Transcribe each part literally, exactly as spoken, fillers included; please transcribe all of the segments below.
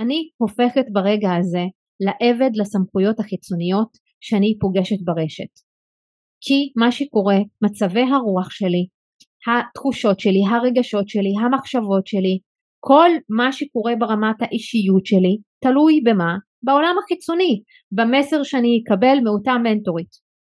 אני הופכת ברגע הזה לעבד לסמכויות החיצוניות שאני פוגשת ברשת. כי מה שקורה, מצבי הרוח שלי, התחושות שלי, הרגשות שלי, המחשבות שלי, כל מה שקורה ברמת האישיות שלי, תלוי במה? בעולם החיצוני, במסר שאני אקבל מאותה מנטורית.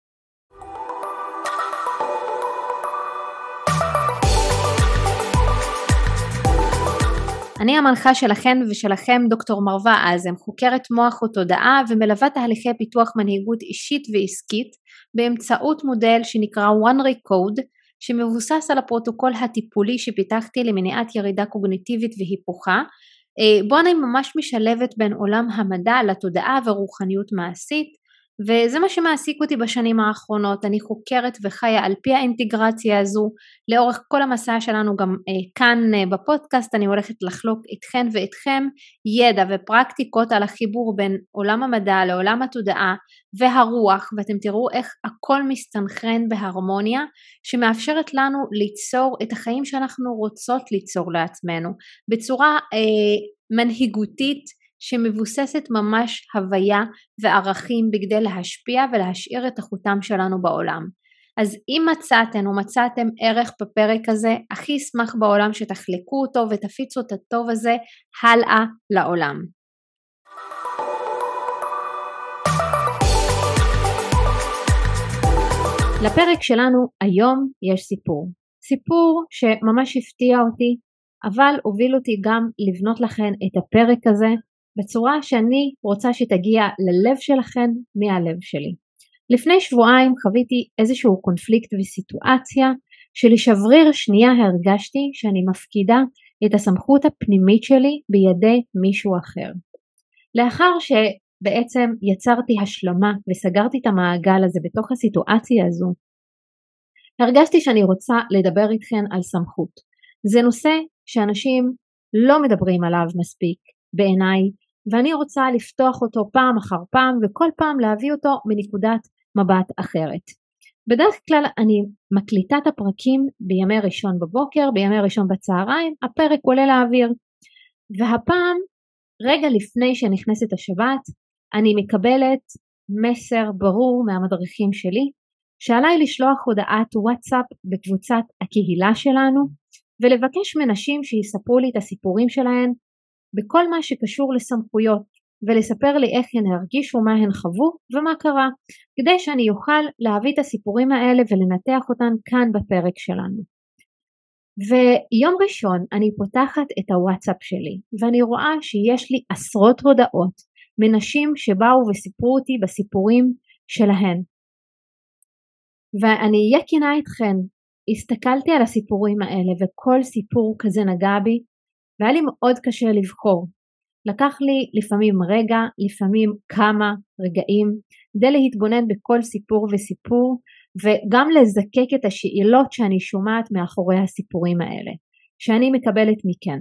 אני המנחה שלכם ושלכם דוקטור מרווה אזם, חוקרת מוח ותודעה ומלווה תהליכי פיתוח מנהיגות אישית ועסקית באמצעות מודל שנקרא One Recode, שמבוסס על הפרוטוקול הטיפולי שפיתחתי למניעת ירידה קוגניטיבית והיפוכה, בו אני ממש משלבת בין עולם המדע לתודעה ורוחניות מעשית, וזה מה שמעסיק אותי בשנים האחרונות. אני חוקרת וחיה על פי האינטגרציה הזו לאורך כל המסע שלנו. גם אה, כאן אה, בפודקאסט אני הולכת לחלוק איתכן ואיתכם ידע ופרקטיקות על החיבור בין עולם המדע לעולם התודעה והרוח, ואתם תראו איך הכל מסתנכרן בהרמוניה שמאפשרת לנו ליצור את החיים שאנחנו רוצות ליצור לעצמנו בצורה אה, מנהיגותית שמבוססת ממש הוויה וערכים בכדי להשפיע ולהשאיר את החותם שלנו בעולם. אז אם מצאתם או מצאתם ערך בפרק הזה, הכי אשמח בעולם שתחלקו אותו ותפיצו את הטוב הזה הלאה לעולם. לפרק שלנו היום יש סיפור. סיפור שממש הפתיע אותי, אבל הוביל אותי גם לבנות לכן את הפרק הזה, בצורה שאני רוצה שתגיע ללב שלכן מהלב שלי. לפני שבועיים חוויתי איזשהו קונפליקט וסיטואציה שלשבריר שנייה הרגשתי שאני מפקידה את הסמכות הפנימית שלי בידי מישהו אחר. לאחר שבעצם יצרתי השלמה וסגרתי את המעגל הזה בתוך הסיטואציה הזו, הרגשתי שאני רוצה לדבר איתכן על סמכות. זה נושא שאנשים לא מדברים עליו מספיק בעיניי, ואני רוצה לפתוח אותו פעם אחר פעם וכל פעם להביא אותו מנקודת מבט אחרת. בדרך כלל אני מקליטה את הפרקים בימי ראשון בבוקר, בימי ראשון בצהריים, הפרק עולה לאוויר. והפעם, רגע לפני שנכנסת השבת, אני מקבלת מסר ברור מהמדריכים שלי, שעליי לשלוח הודעת וואטסאפ בקבוצת הקהילה שלנו, ולבקש מנשים שיספרו לי את הסיפורים שלהן, בכל מה שקשור לסמכויות, ולספר לי איך הן הרגישו, מה הן חוו ומה קרה, כדי שאני אוכל להביא את הסיפורים האלה ולנתח אותן כאן בפרק שלנו. ויום ראשון אני פותחת את הוואטסאפ שלי, ואני רואה שיש לי עשרות הודעות מנשים שבאו וסיפרו אותי בסיפורים שלהן. ואני אהיה כנה איתכן, הסתכלתי על הסיפורים האלה וכל סיפור כזה נגע בי, והיה לי מאוד קשה לבחור. לקח לי לפעמים רגע, לפעמים כמה רגעים, כדי להתבונן בכל סיפור וסיפור, וגם לזקק את השאלות שאני שומעת מאחורי הסיפורים האלה, שאני מקבלת מכן.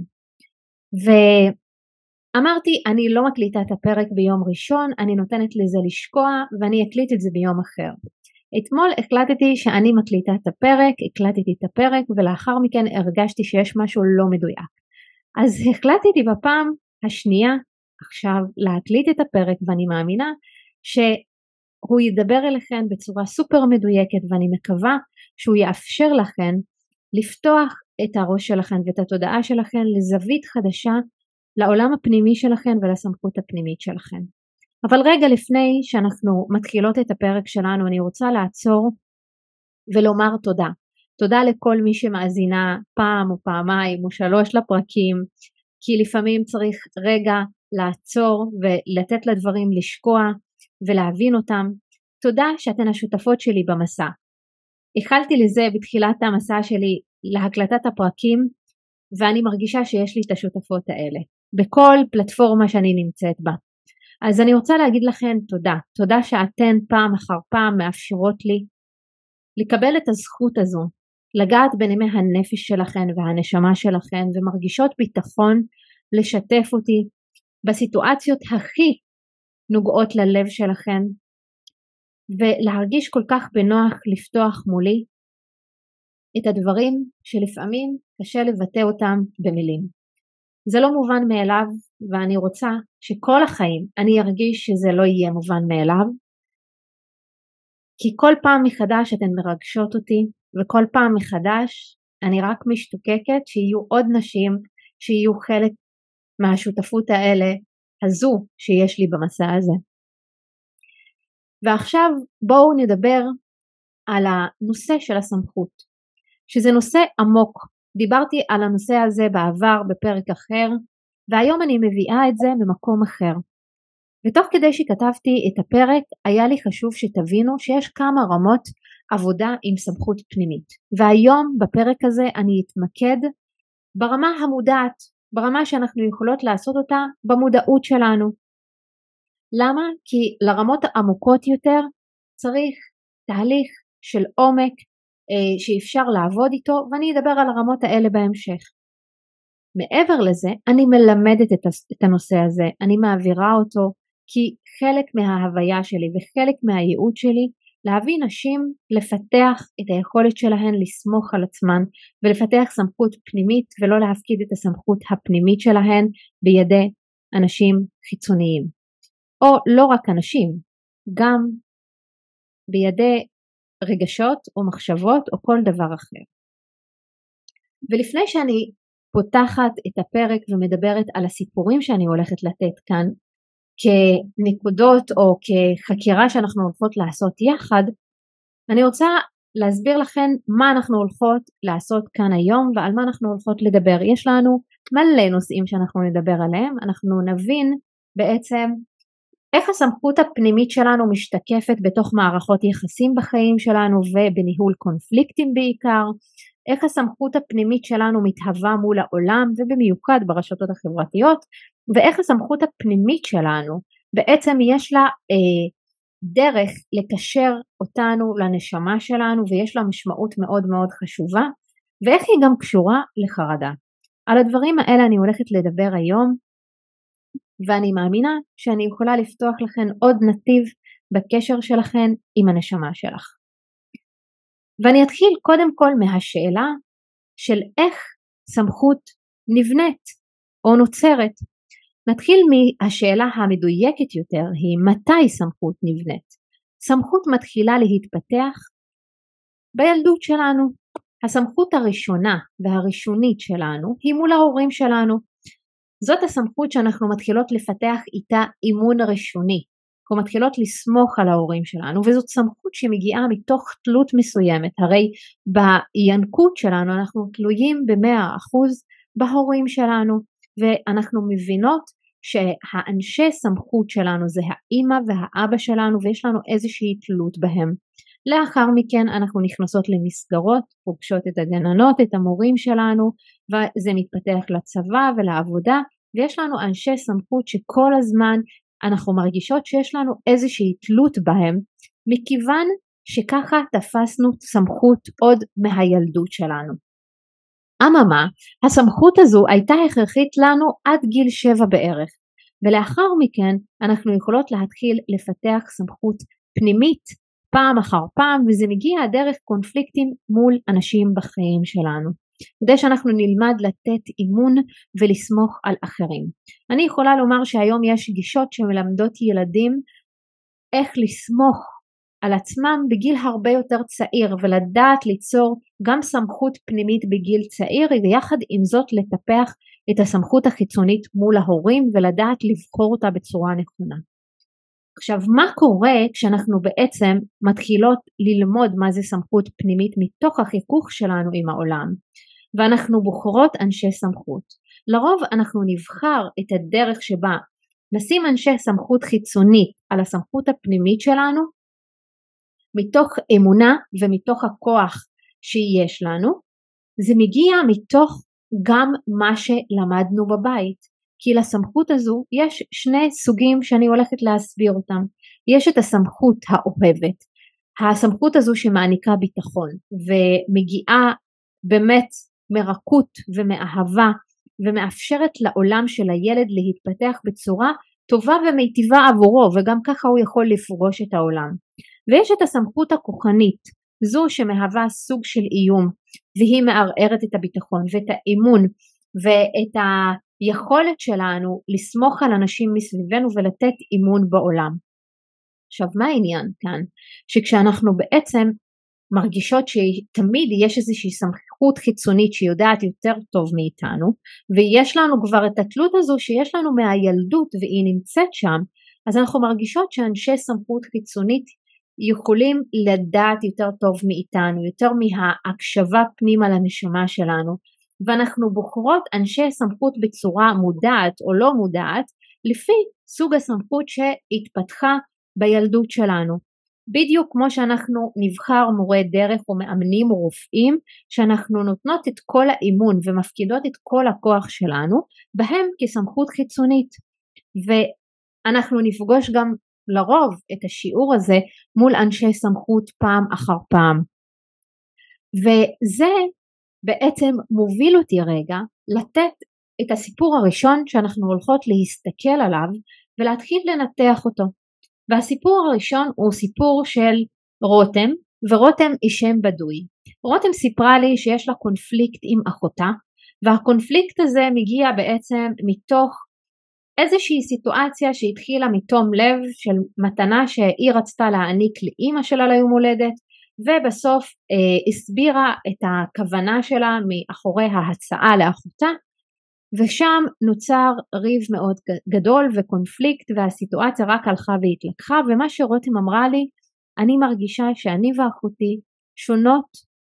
ואמרתי, אני לא מקליטה את הפרק ביום ראשון, אני נותנת לזה לשקוע, ואני אקליט את זה ביום אחר. אתמול הקלטתי שאני מקליטה את הפרק, הקלטתי את הפרק, ולאחר מכן הרגשתי שיש משהו לא מדויק. אז החלטתי בפעם השנייה עכשיו להקליט את הפרק, ואני מאמינה שהוא ידבר אליכן בצורה סופר מדויקת, ואני מקווה שהוא יאפשר לכן לפתוח את הראש שלכן ואת התודעה שלכן לזווית חדשה לעולם הפנימי שלכן ולסמכות הפנימית שלכן. אבל רגע לפני שאנחנו מתחילות את הפרק שלנו, אני רוצה לעצור ולומר תודה. תודה לכל מי שמאזינה פעם או פעמיים או שלוש לפרקים, כי לפעמים צריך רגע לעצור ולתת לדברים לשקוע ולהבין אותם. תודה שאתן השותפות שלי במסע. החלתי לזה בתחילת המסע שלי להקלטת הפרקים, ואני מרגישה שיש לי את השותפות האלה בכל פלטפורמה שאני נמצאת בה. אז אני רוצה להגיד לכן תודה. תודה שאתן פעם אחר פעם מאפשרות לי לקבל את הזכות הזו, לגעת בנימי הנפש שלכן והנשמה שלכן, ומרגישות ביטחון לשתף אותי בסיטואציות הכי נוגעות ללב שלכן, ולהרגיש כל כך בנוח לפתוח מולי את הדברים שלפעמים קשה לבטא אותם במילים. זה לא מובן מאליו, ואני רוצה שכל החיים אני ארגיש שזה לא יהיה מובן מאליו, כי כל פעם מחדש אתן מרגשות אותי, וכל פעם מחדש אני רק משתוקקת שיהיו עוד נשים שיהיו חלק מהשותפות האלה הזו שיש לי במסע הזה. ועכשיו בואו נדבר על הנושא של הסמכות, שזה נושא עמוק. דיברתי על הנושא הזה בעבר בפרק אחר, והיום אני מביאה את זה ממקום אחר. ותוך כדי שכתבתי את הפרק היה לי חשוב שתבינו שיש כמה רמות עבודה עם סמכות פנימית, והיום בפרק הזה אני אתמקד ברמה המודעת, ברמה שאנחנו יכולות לעשות אותה במודעות שלנו. למה? כי לרמות העמוקות יותר צריך תהליך של עומק אה, שאפשר לעבוד איתו, ואני אדבר על הרמות האלה בהמשך. מעבר לזה אני מלמדת את הנושא הזה, אני מעבירה אותו, כי חלק מההוויה שלי וחלק מהייעוד שלי להביא נשים לפתח את היכולת שלהן לסמוך על עצמן ולפתח סמכות פנימית, ולא להפקיד את הסמכות הפנימית שלהן בידי אנשים חיצוניים, או לא רק אנשים, גם בידי רגשות או מחשבות או כל דבר אחר. ולפני שאני פותחת את הפרק ומדברת על הסיפורים שאני הולכת לתת כאן כנקודות או כחקירה שאנחנו הולכות לעשות יחד, אני רוצה להסביר לכם מה אנחנו הולכות לעשות כאן היום ועל מה אנחנו הולכות לדבר. יש לנו מלא נושאים שאנחנו נדבר עליהם, אנחנו נבין בעצם איך הסמכות הפנימית שלנו משתקפת בתוך מערכות יחסים בחיים שלנו ובניהול קונפליקטים בעיקר, איך הסמכות הפנימית שלנו מתהווה מול העולם ובמיוחד ברשתות החברתיות, ואיך הסמכות הפנימית שלנו בעצם יש לה אה, דרך לקשר אותנו לנשמה שלנו, ויש לה משמעות מאוד מאוד חשובה, ואיך היא גם קשורה לחרדה. על הדברים האלה אני הולכת לדבר היום, ואני מאמינה שאני יכולה לפתוח לכן עוד נתיב בקשר שלכן עם הנשמה שלך. ואני אתחיל קודם כל מהשאלה של איך סמכות נבנית או נוצרת. נתחיל מהשאלה המדויקת יותר, היא מתי סמכות נבנית. סמכות מתחילה להתפתח בילדות שלנו. הסמכות הראשונה והראשונית שלנו היא מול ההורים שלנו. זאת הסמכות שאנחנו מתחילות לפתח איתה אימון ראשוני. אנחנו מתחילות לסמוך על ההורים שלנו, וזאת סמכות שמגיעה מתוך תלות מסוימת. הרי בינקות שלנו אנחנו תלויים במאה אחוז בהורים שלנו, ואנחנו מבינות שהאנשי סמכות שלנו זה האמא והאבא שלנו, ויש לנו איזושהי תלות בהם. לאחר מכן אנחנו נכנסות למסגרות, פוגשות את הגננות, את המורים שלנו, וזה מתפתח לצבא ולעבודה, ויש לנו אנשי סמכות שכל הזמן אנחנו מרגישות שיש לנו איזושהי תלות בהם, מכיוון שככה תפסנו סמכות עוד מהילדות שלנו. אממה, הסמכות הזו הייתה הכרחית לנו עד גיל שבע בערך, ולאחר מכן אנחנו יכולות להתחיל לפתח סמכות פנימית פעם אחר פעם, וזה מגיע דרך קונפליקטים מול אנשים בחיים שלנו, כדי שאנחנו נלמד לתת אימון ולסמוך על אחרים. אני יכולה לומר שהיום יש גישות שמלמדות ילדים איך לסמוך על עצמם בגיל הרבה יותר צעיר, ולדעת ליצור גם סמכות פנימית בגיל צעיר, ויחד עם זאת לטפח את הסמכות החיצונית מול ההורים ולדעת לבחור אותה בצורה נכונה. עכשיו, מה קורה כשאנחנו בעצם מתחילות ללמוד מה זה סמכות פנימית מתוך החיכוך שלנו עם העולם, ואנחנו בוחרות אנשי סמכות? לרוב אנחנו נבחר את הדרך שבה נשים אנשי סמכות חיצונית על הסמכות הפנימית שלנו, מתוך אמונה ומתוך הכוח שיש לנו. זה מגיע מתוך גם מה שלמדנו בבית, כי לסמכות הזו יש שני סוגים שאני הולכת להסביר אותם. יש את הסמכות האוהבת, הסמכות הזו שמעניקה ביטחון ומגיעה באמת מרקות ומאהבה, ומאפשרת לעולם של הילד להתפתח בצורה טובה ומיטיבה עבורו, וגם ככה הוא יכול לפרוש את העולם. ויש את הסמכות הכוחנית, זו שמהווה סוג של איום, והיא מערערת את הביטחון ואת האמון ואת יכולת שלנו לסמוך על אנשים מסביבנו ולתת אימון בעולם. עכשיו מה העניין כאן? שכשאנחנו בעצם מרגישות שתמיד יש איזושהי סמכות חיצונית שיודעת יותר טוב מאיתנו, ויש לנו כבר את התלות הזו שיש לנו מהילדות והיא נמצאת שם, אז אנחנו מרגישות שאנשי סמכות חיצונית יכולים לדעת יותר טוב מאיתנו, יותר מההקשבה פנימה לנשמה שלנו, ואנחנו בוחרות אנשי סמכות בצורה מודעת או לא מודעת, לפי סוג הסמכות שהתפתחה בילדות שלנו. בדיוק כמו שאנחנו נבחר מורה דרך או מאמנים או רופאים, שאנחנו נותנות את כל האימון ומפקידות את כל הכוח שלנו בהם כסמכות חיצונית, ואנחנו נפגוש גם לרוב את השיעור הזה מול אנשי סמכות פעם אחר פעם. וזה בעצם מוביל אותי רגע לתת את הסיפור הראשון שאנחנו הולכות להסתכל עליו ולהתחיל לנתח אותו. והסיפור הראשון הוא סיפור של רותם, ורותם היא שם בדוי. רותם סיפרה לי שיש לה קונפליקט עם אחותה, והקונפליקט הזה מגיע בעצם מתוך איזושהי סיטואציה שהתחילה מתום לב של מתנה שהיא רצתה להעניק לאמא שלה ליום הולדת, ובסוף אה, הסבירה את הכוונה שלה מאחורי ההצעה לאחותה, ושם נוצר ריב מאוד גדול וקונפליקט, והסיטואציה רק הלכה והתלקחה, ומה שרותם אמרה לי, אני מרגישה שאני ואחותי שונות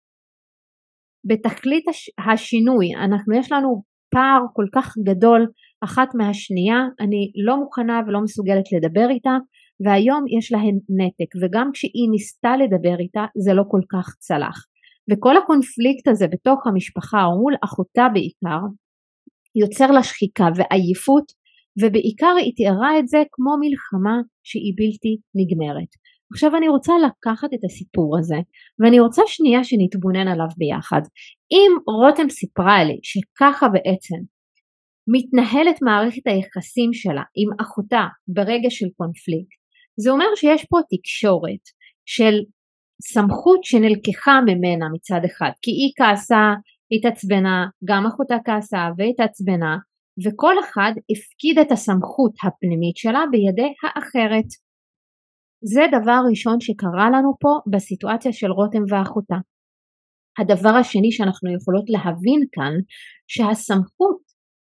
בתכלית השינוי, אנחנו יש לנו פער כל כך גדול אחת מהשנייה, אני לא מוכנה ולא מסוגלת לדבר איתה, והיום יש להן נתק, וגם כשהיא ניסתה לדבר איתה זה לא כל כך צלח, וכל הקונפליקט הזה בתוך המשפחה או מול אחותה בעיקר, יוצר לה שחיקה ועייפות, ובעיקר היא תיארה את זה כמו מלחמה שהיא בלתי נגמרת. עכשיו אני רוצה לקחת את הסיפור הזה, ואני רוצה שנייה שנתבונן עליו ביחד. אם רותם סיפרה לי שככה בעצם מתנהלת מערכת היחסים שלה עם אחותה ברגע של קונפליקט, זה אומר שיש פה תקשורת של סמכות שנלקחה ממנה מצד אחד, כי היא כעסה, התעצבנה, גם אחותה כעסה והתעצבנה, וכל אחד הפקיד את הסמכות הפנימית שלה בידי האחרת. זה דבר ראשון שקרה לנו פה בסיטואציה של רותם ואחותה. הדבר השני שאנחנו יכולות להבין כאן, שהסמכות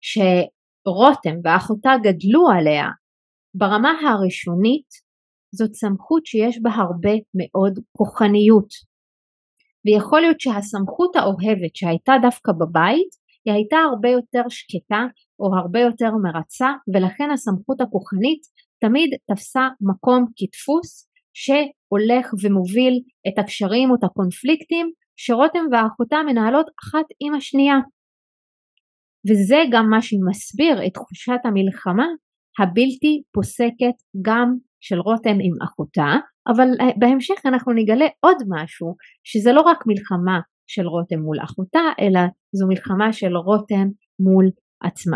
שרותם ואחותה גדלו עליה ברמה הראשונית, זאת סמכות שיש בה הרבה מאוד כוחניות. ויכול להיות שהסמכות האוהבת שהייתה דווקא בבית, היא הייתה הרבה יותר שקטה או הרבה יותר מרצה, ולכן הסמכות הכוחנית תמיד תפסה מקום כדפוס שהולך ומוביל את הקשרים או את הקונפליקטים שרותם ואחותה מנהלות אחת עם השנייה. וזה גם מה שמסביר את תחושת המלחמה הבלתי פוסקת גם של רותם עם אחותה, אבל בהמשך אנחנו נגלה עוד משהו, שזה לא רק מלחמה של רותם מול אחותה, אלא זו מלחמה של רותם מול עצמה.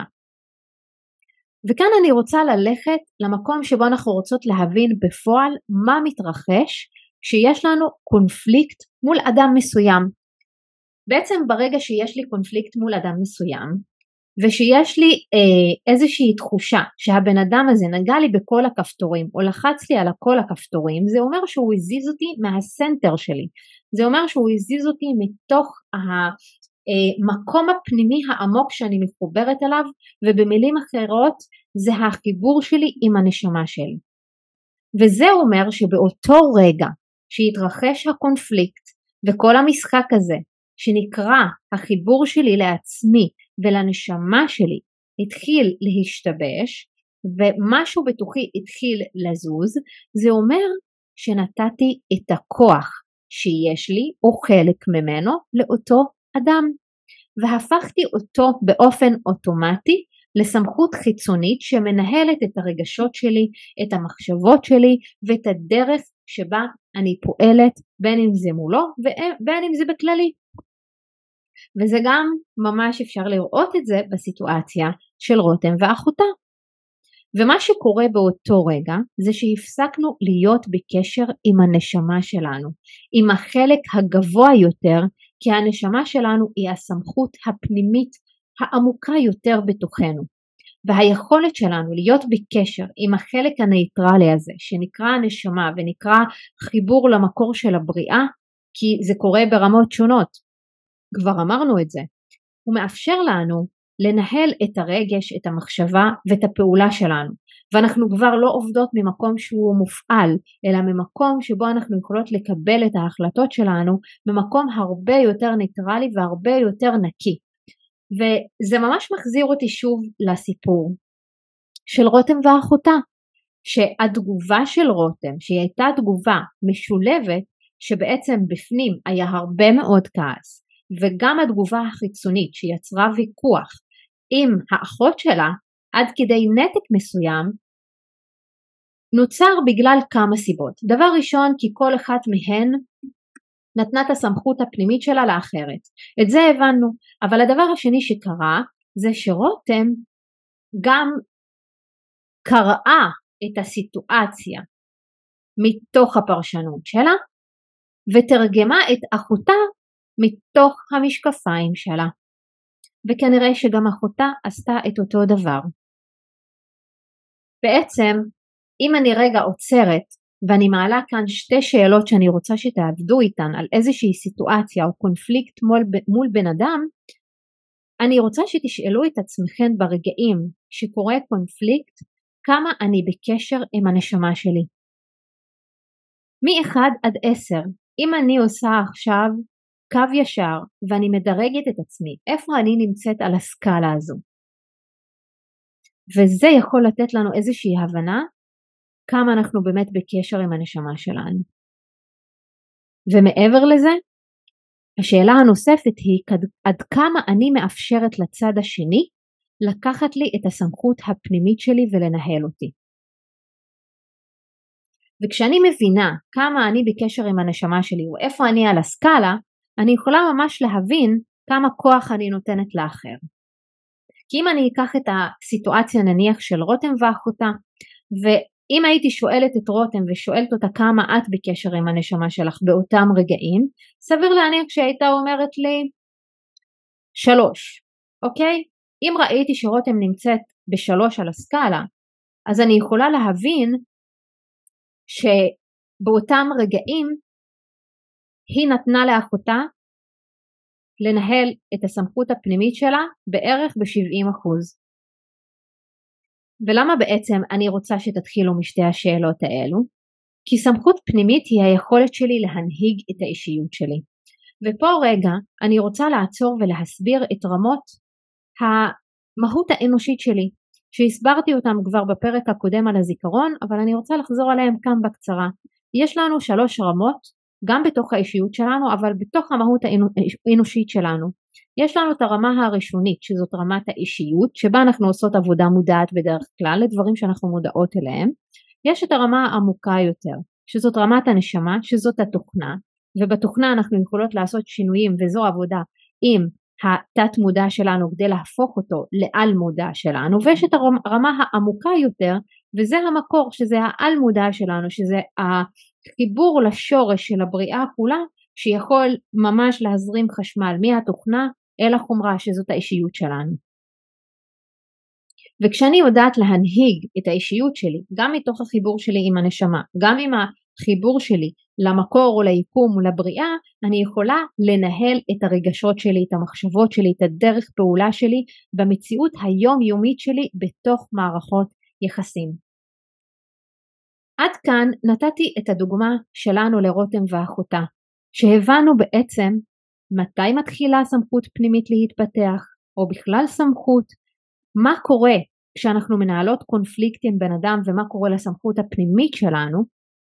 וכאן אני רוצה ללכת למקום שבו אנחנו רוצות להבין בפועל מה מתרחש כשיש לנו קונפליקט מול אדם מסוים. בעצם ברגע שיש לי קונפליקט מול אדם מסוים, ושיש לי אה, איזושהי תחושה שהבן אדם הזה נגע לי בכל הכפתורים או לחץ לי על כל הכפתורים, זה אומר שהוא הזיז אותי מהסנטר שלי, זה אומר שהוא הזיז אותי מתוך המקום הפנימי העמוק שאני מחוברת אליו, ובמילים אחרות זה החיבור שלי עם הנשמה שלי. וזה אומר שבאותו רגע שהתרחש הקונפליקט וכל המשחק הזה שנקרא החיבור שלי לעצמי ולנשמה שלי התחיל להשתבש, ומשהו בתוכי התחיל לזוז, זה אומר שנתתי את הכוח שיש לי או חלק ממנו לאותו אדם, והפכתי אותו באופן אוטומטי לסמכות חיצונית שמנהלת את הרגשות שלי, את המחשבות שלי ואת הדרך שבה אני פועלת, בין אם זה מולו ובין אם זה בכללי. וזה גם ממש אפשר לראות את זה בסיטואציה של רותם ואחותה. ומה שקורה באותו רגע זה שהפסקנו להיות בקשר עם הנשמה שלנו, עם החלק הגבוה יותר, כי הנשמה שלנו היא הסמכות הפנימית העמוקה יותר בתוכנו, והיכולת שלנו להיות בקשר עם החלק הנייטרלי הזה שנקרא הנשמה ונקרא חיבור למקור של הבריאה, כי זה קורה ברמות שונות, כבר אמרנו את זה, הוא מאפשר לנו לנהל את הרגש, את המחשבה ואת הפעולה שלנו, ואנחנו כבר לא עובדות ממקום שהוא מופעל, אלא ממקום שבו אנחנו יכולות לקבל את ההחלטות שלנו ממקום הרבה יותר ניטרלי והרבה יותר נקי. וזה ממש מחזיר אותי שוב לסיפור של רותם ואחותה, שהתגובה של רותם, שהיא הייתה תגובה משולבת, שבעצם בפנים היה הרבה מאוד כעס, וגם התגובה החיצונית שיצרה ויכוח עם האחות שלה עד כדי נתק מסוים, נוצר בגלל כמה סיבות. דבר ראשון, כי כל אחת מהן נתנה את הסמכות הפנימית שלה לאחרת. את זה הבנו. אבל הדבר השני שקרה, זה שרותם גם קראה את הסיטואציה מתוך הפרשנות שלה, ותרגמה את אחותה מתוך המשקפיים שלה. וכנראה שגם אחותה עשתה את אותו דבר. בעצם, אם אני רגע עוצרת, ואני מעלה כאן שתי שאלות שאני רוצה שתעבדו איתן על איזושהי סיטואציה או קונפליקט מול, מול בן אדם, אני רוצה שתשאלו את עצמכם ברגעים שקורה קונפליקט, כמה אני בקשר עם הנשמה שלי. מ-אחד עד עשר, אם אני עושה עכשיו קו ישר ואני מדרגת את עצמי, איפה אני נמצאת על הסקאלה הזו? וזה יכול לתת לנו איזושהי הבנה, כמה אנחנו באמת בקשר עם הנשמה שלנו. ומעבר לזה, השאלה הנוספת היא עד כמה אני מאפשרת לצד השני לקחת לי את הסמכות הפנימית שלי ולנהל אותי. וכשאני מבינה כמה אני בקשר עם הנשמה שלי ואיפה אני על הסקאלה, אני יכולה ממש להבין כמה כוח אני נותנת לאחר. כי אם אני אקח את הסיטואציה נניח של רותם ואחותה, ואם הייתי שואלת את רותם ושואלת אותה כמה את בקשר עם הנשמה שלך באותם רגעים, סביר להניח שהייתה אומרת לי שלוש, אוקיי? אם ראיתי שרותם נמצאת בשלוש על הסקאלה, אז אני יכולה להבין שבאותם רגעים היא נתנה לאחותה לנהל את הסמכות הפנימית שלה בערך ב-שבעים אחוז. ולמה בעצם אני רוצה שתתחילו משתי השאלות האלו? כי סמכות פנימית היא היכולת שלי להנהיג את האישיות שלי. ופה רגע אני רוצה לעצור ולהסביר את רמות המהות האנושית שלי, שהסברתי אותם כבר בפרק הקודם על הזיכרון, אבל אני רוצה לחזור עליהם כאן בקצרה. יש לנו שלוש רמות, גם בתוך האישיות שלנו, אבל בתוך המהות האנושית שלנו. יש לנו את הרמה הראשונית, שזאת רמת האישיות, שבה אנחנו עושות עבודה מודעת בדרך כלל, לדברים שאנחנו מודעות אליהם. יש את הרמה העמוקה יותר, שזאת רמת הנשמה, שזאת התוכנה, ובתוכנה אנחנו יכולות לעשות שינויים, וזו עבודה עם התת מודע שלנו, כדי להפוך אותו לעל מודע שלנו, ויש את הרמה העמוקה יותר, וזה המקור, שזה העל מודע שלנו, שזה החיבור לשורש של הבריאה כולה, שיכול ממש להזרים חשמל מהתוכנה אל החומרה, שזאת האישיות שלנו. וכשאני יודעת להנהיג את האישיות שלי, גם מתוך החיבור שלי עם הנשמה, גם עם החיבור שלי למקור או ליקום או לבריאה, אני יכולה לנהל את הרגשות שלי, את המחשבות שלי, את הדרך פעולה שלי, במציאות היומיומית שלי בתוך מערכות יחסים. עד כאן נתתי את הדוגמה שלנו לרותם ואחותה, שהבנו בעצם מתי מתחילה סמכות פנימית להתפתח, או בכלל סמכות, מה קורה כשאנחנו מנהלות קונפליקט עם בן אדם, ומה קורה לסמכות הפנימית שלנו,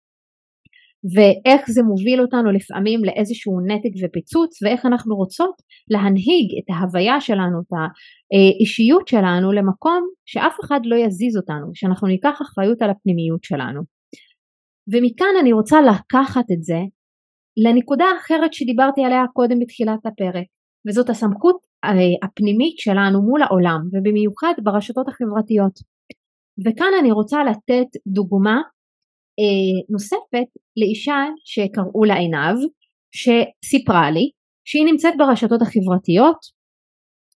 ואיך זה מוביל אותנו לפעמים לאיזשהו נתק ופיצוץ, ואיך אנחנו רוצות להנהיג את ההוויה שלנו, את האישיות שלנו, למקום שאף אחד לא יזיז אותנו, שאנחנו ניקח אחריות על הפנימיות שלנו. ומכאן אני רוצה לקחת את זה לנקודה אחרת שדיברתי עליה קודם בתחילת הפרק, וזאת הסמכות הפנימית שלנו מול העולם, ובמיוחד ברשתות החברתיות. וכאן אני רוצה לתת דוגמה אה, נוספת לאישה שקראו לה עינב, שסיפרה לי שהיא נמצאת ברשתות החברתיות,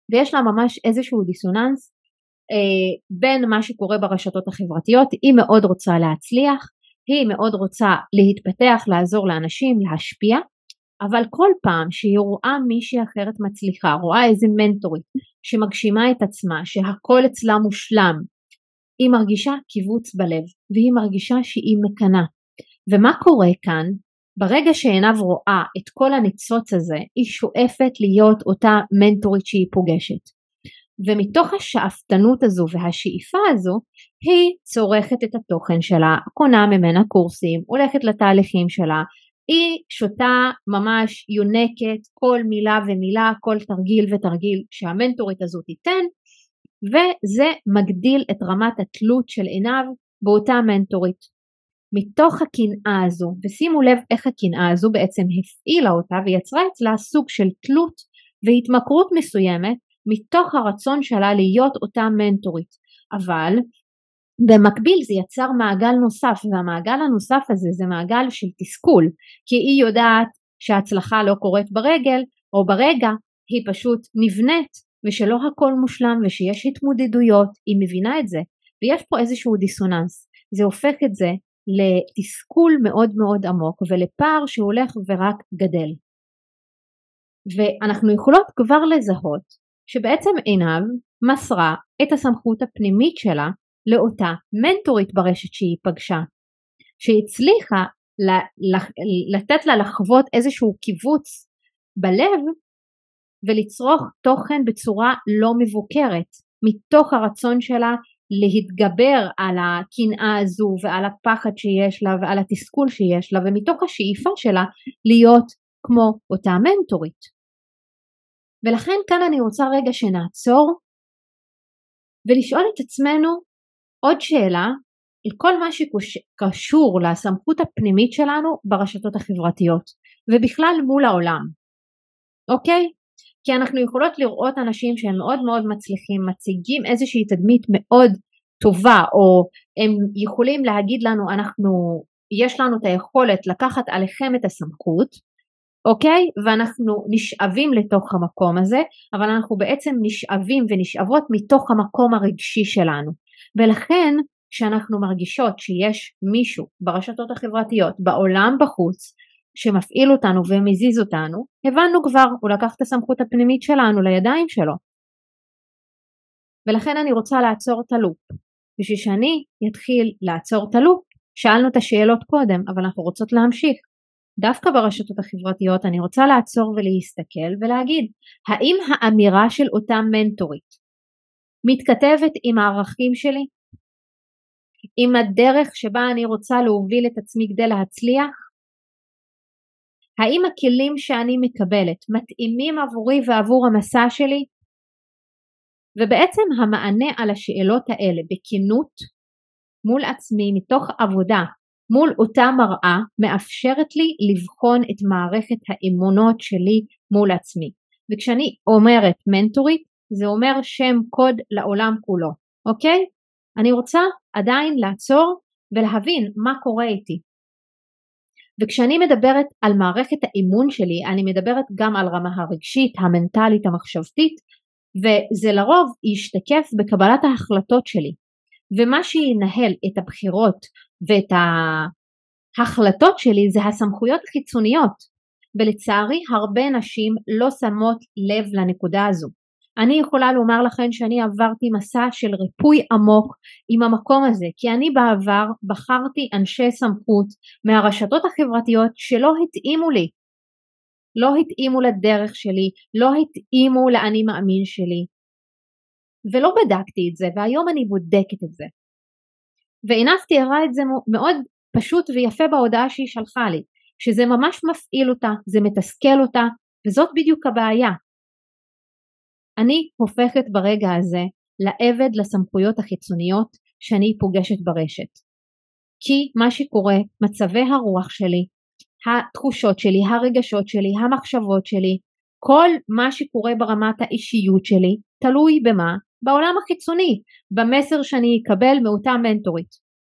ויש לה ממש איזשהו דיסוננס אה, בין מה שקורה ברשתות החברתיות. היא מאוד רוצה להצליח, היא מאוד רוצה להתפתח, לעזור לאנשים, להשפיע, אבל כל פעם שהיא רואה מישהי אחרת מצליחה, רואה איזה מנטורית שמגשימה את עצמה, שהכל אצלה מושלם, היא מרגישה קיבוץ בלב, והיא מרגישה שהיא מקנה. ומה קורה כאן? ברגע שעינב רואה את כל הניצוץ הזה, היא שואפת להיות אותה מנטורית שהיא פוגשת. ומתוך השאפתנות הזו והשאיפה הזו, היא צורכת את התוכן שלה, קונה ממנה קורסים, הולכת לתהליכים שלה, היא שותה ממש, יונקת כל מילה ומילה, כל תרגיל ותרגיל שהמנטורית הזו תיתן, וזה מגדיל את רמת התלות של עינב באותה מנטורית. מתוך הקנאה הזו, ושימו לב איך הקנאה הזו בעצם הפעילה אותה ויצרה אצלה סוג של תלות והתמכרות מסוימת, מתוך הרצון שלה להיות אותה מנטורית. אבל במקביל זה יצר מעגל נוסף, והמעגל הנוסף הזה זה מעגל של תסכול, כי היא יודעת שההצלחה לא קורית ברגל או ברגע, היא פשוט נבנית, ושלא הכל מושלם ושיש התמודדויות, היא מבינה את זה, ויש פה איזשהו דיסוננס, זה הופך את זה לתסכול מאוד מאוד עמוק ולפער שהולך ורק גדל. ואנחנו יכולות כבר לזהות שבעצם עינב מסרה את הסמכות הפנימית שלה לאותה מנטורית ברשת שהיא פגשה, שהצליחה לתת לה לחוות איזשהו קיבוץ בלב ולצרוך תוכן בצורה לא מבוקרת, מתוך הרצון שלה להתגבר על הקנאה הזו ועל הפחד שיש לה ועל התסכול שיש לה, ומתוך השאיפה שלה להיות כמו אותה מנטורית. ולכן כאן אני רוצה רגע שנעצור ולשאול את עצמנו עוד שאלה על כל מה שקשור לסמכות הפנימית שלנו ברשתות החברתיות ובכלל מול העולם. אוקיי? כי אנחנו יכולות לראות אנשים שהם מאוד מאוד מצליחים, מציגים איזושהי תדמית מאוד טובה, או הם יכולים להגיד לנו, אנחנו, יש לנו את היכולת לקחת עליכם את הסמכות, אוקיי? ואנחנו נשאבים לתוך המקום הזה, אבל אנחנו בעצם נשאבים ונשאבות מתוך המקום הרגשי שלנו. ולכן כשאנחנו מרגישות שיש מישהו ברשתות החברתיות, בעולם בחוץ, שמפעיל אותנו ומזיז אותנו, הבנו כבר, הוא לקח את הסמכות הפנימית שלנו לידיים שלו. ולכן אני רוצה לעצור את הלופ. בשביל שאני אתחיל לעצור את הלופ, שאלנו את השאלות קודם, אבל אנחנו רוצות להמשיך. דווקא ברשתות החברתיות אני רוצה לעצור ולהסתכל ולהגיד, האם האמירה של אותה מנטורית מתכתבת עם הערכים שלי? עם הדרך שבה אני רוצה להוביל את עצמי כדי להצליח? האם הכלים שאני מקבלת מתאימים עבורי ועבור המסע שלי? ובעצם המענה על השאלות האלה בכנות מול עצמי מתוך עבודה מול אותה מראה מאפשרת לי לבחון את מערכת האמונות שלי מול עצמי. וכשאני אומרת מנטורית זה אומר שם קוד לעולם כולו, אוקיי? אני רוצה עדיין לעצור ולהבין מה קורה איתי. וכשאני מדברת על מערכת האימון שלי, אני מדברת גם על רמה הרגשית, המנטלית, המחשבתית, וזה לרוב ישתקף בקבלת ההחלטות שלי. ומה שינהל את הבחירות ואת ההחלטות שלי זה הסמכויות החיצוניות, ולצערי הרבה נשים לא שמות לב לנקודה הזו. אני יכולה לומר לכם שאני עברתי מסע של ריפוי עמוק עם המקום הזה, כי אני בעבר בחרתי אנשי סמכות מהרשתות החברתיות שלא התאימו לי, לא התאימו לדרך שלי, לא התאימו לאני מאמין שלי, ולא בדקתי את זה, והיום אני בודקת את זה. ועינב תיארה את זה מאוד פשוט ויפה בהודעה שהיא שלחה לי, שזה ממש מפעיל אותה, זה מתסכל אותה, וזאת בדיוק הבעיה. אני הופכת ברגע הזה לעבד לסמכויות החיצוניות שאני פוגשת ברשת. כי מה שקורה, מצבי הרוח שלי, התחושות שלי, הרגשות שלי, המחשבות שלי, כל מה שקורה ברמת האישיות שלי, תלוי במה? בעולם החיצוני, במסר שאני אקבל מאותה מנטורית.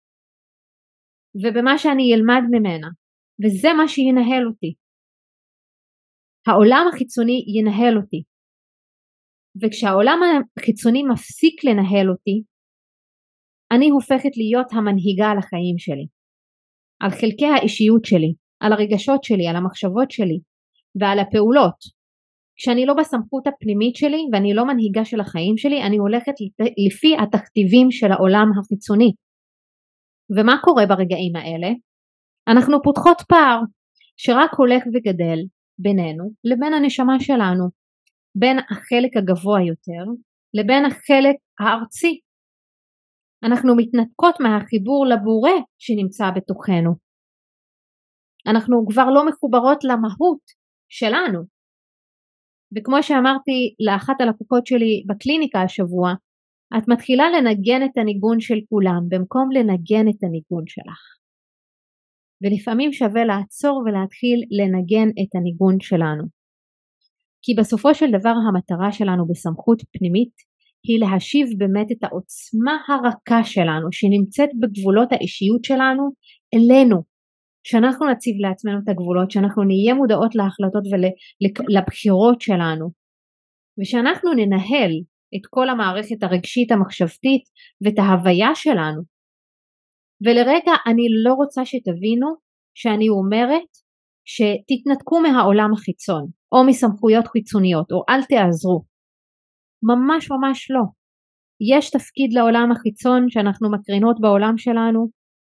ובמה שאני אלמד ממנה. וזה מה שינהל אותי. העולם החיצוני ינהל אותי. וכשהעולם החיצוני מפסיק לנהל אותי, אני הופכת להיות המנהיגה על החיים שלי, על חלקי האישיות שלי, על הרגשות שלי, על המחשבות שלי ועל הפעולות. כשאני לא בסמכות הפנימית שלי ואני לא מנהיגה של החיים שלי, אני הולכת לפי התכתיבים של העולם החיצוני. ומה קורה ברגעים האלה? אנחנו פותחות פער שרק הולך וגדל בינינו לבין הנשמה שלנו, בין החלק הגבוה יותר לבין החלק הארצי. אנחנו מתנתקות מהחיבור לבורא שנמצא בתוכנו. אנחנו כבר לא מחוברות למהות שלנו. וכמו שאמרתי לאחת הלקוחות שלי בקליניקה השבוע, את מתחילה לנגן את הניגון של כולם במקום לנגן את הניגון שלך. ולפעמים שווה לעצור ולהתחיל לנגן את הניגון שלנו. כי בסופו של דבר המטרה שלנו בסמכות פנימית היא להשיב באמת את העוצמה הרכה שלנו שנמצאת בגבולות האישיות שלנו אלינו. שאנחנו נציב לעצמנו את הגבולות, שאנחנו נהיה מודעות להחלטות ולבחירות שלנו. ושאנחנו ננהל את כל המערכת הרגשית המחשבתית ואת ההוויה שלנו. ולרגע אני לא רוצה שתבינו שאני אומרת שתתנתקו מהעולם החיצון או מסמכויות חיצוניות או אל תעזרו. ממש ממש לא. יש תפקיד לעולם החיצון שאנחנו מקרינות בעולם שלנו.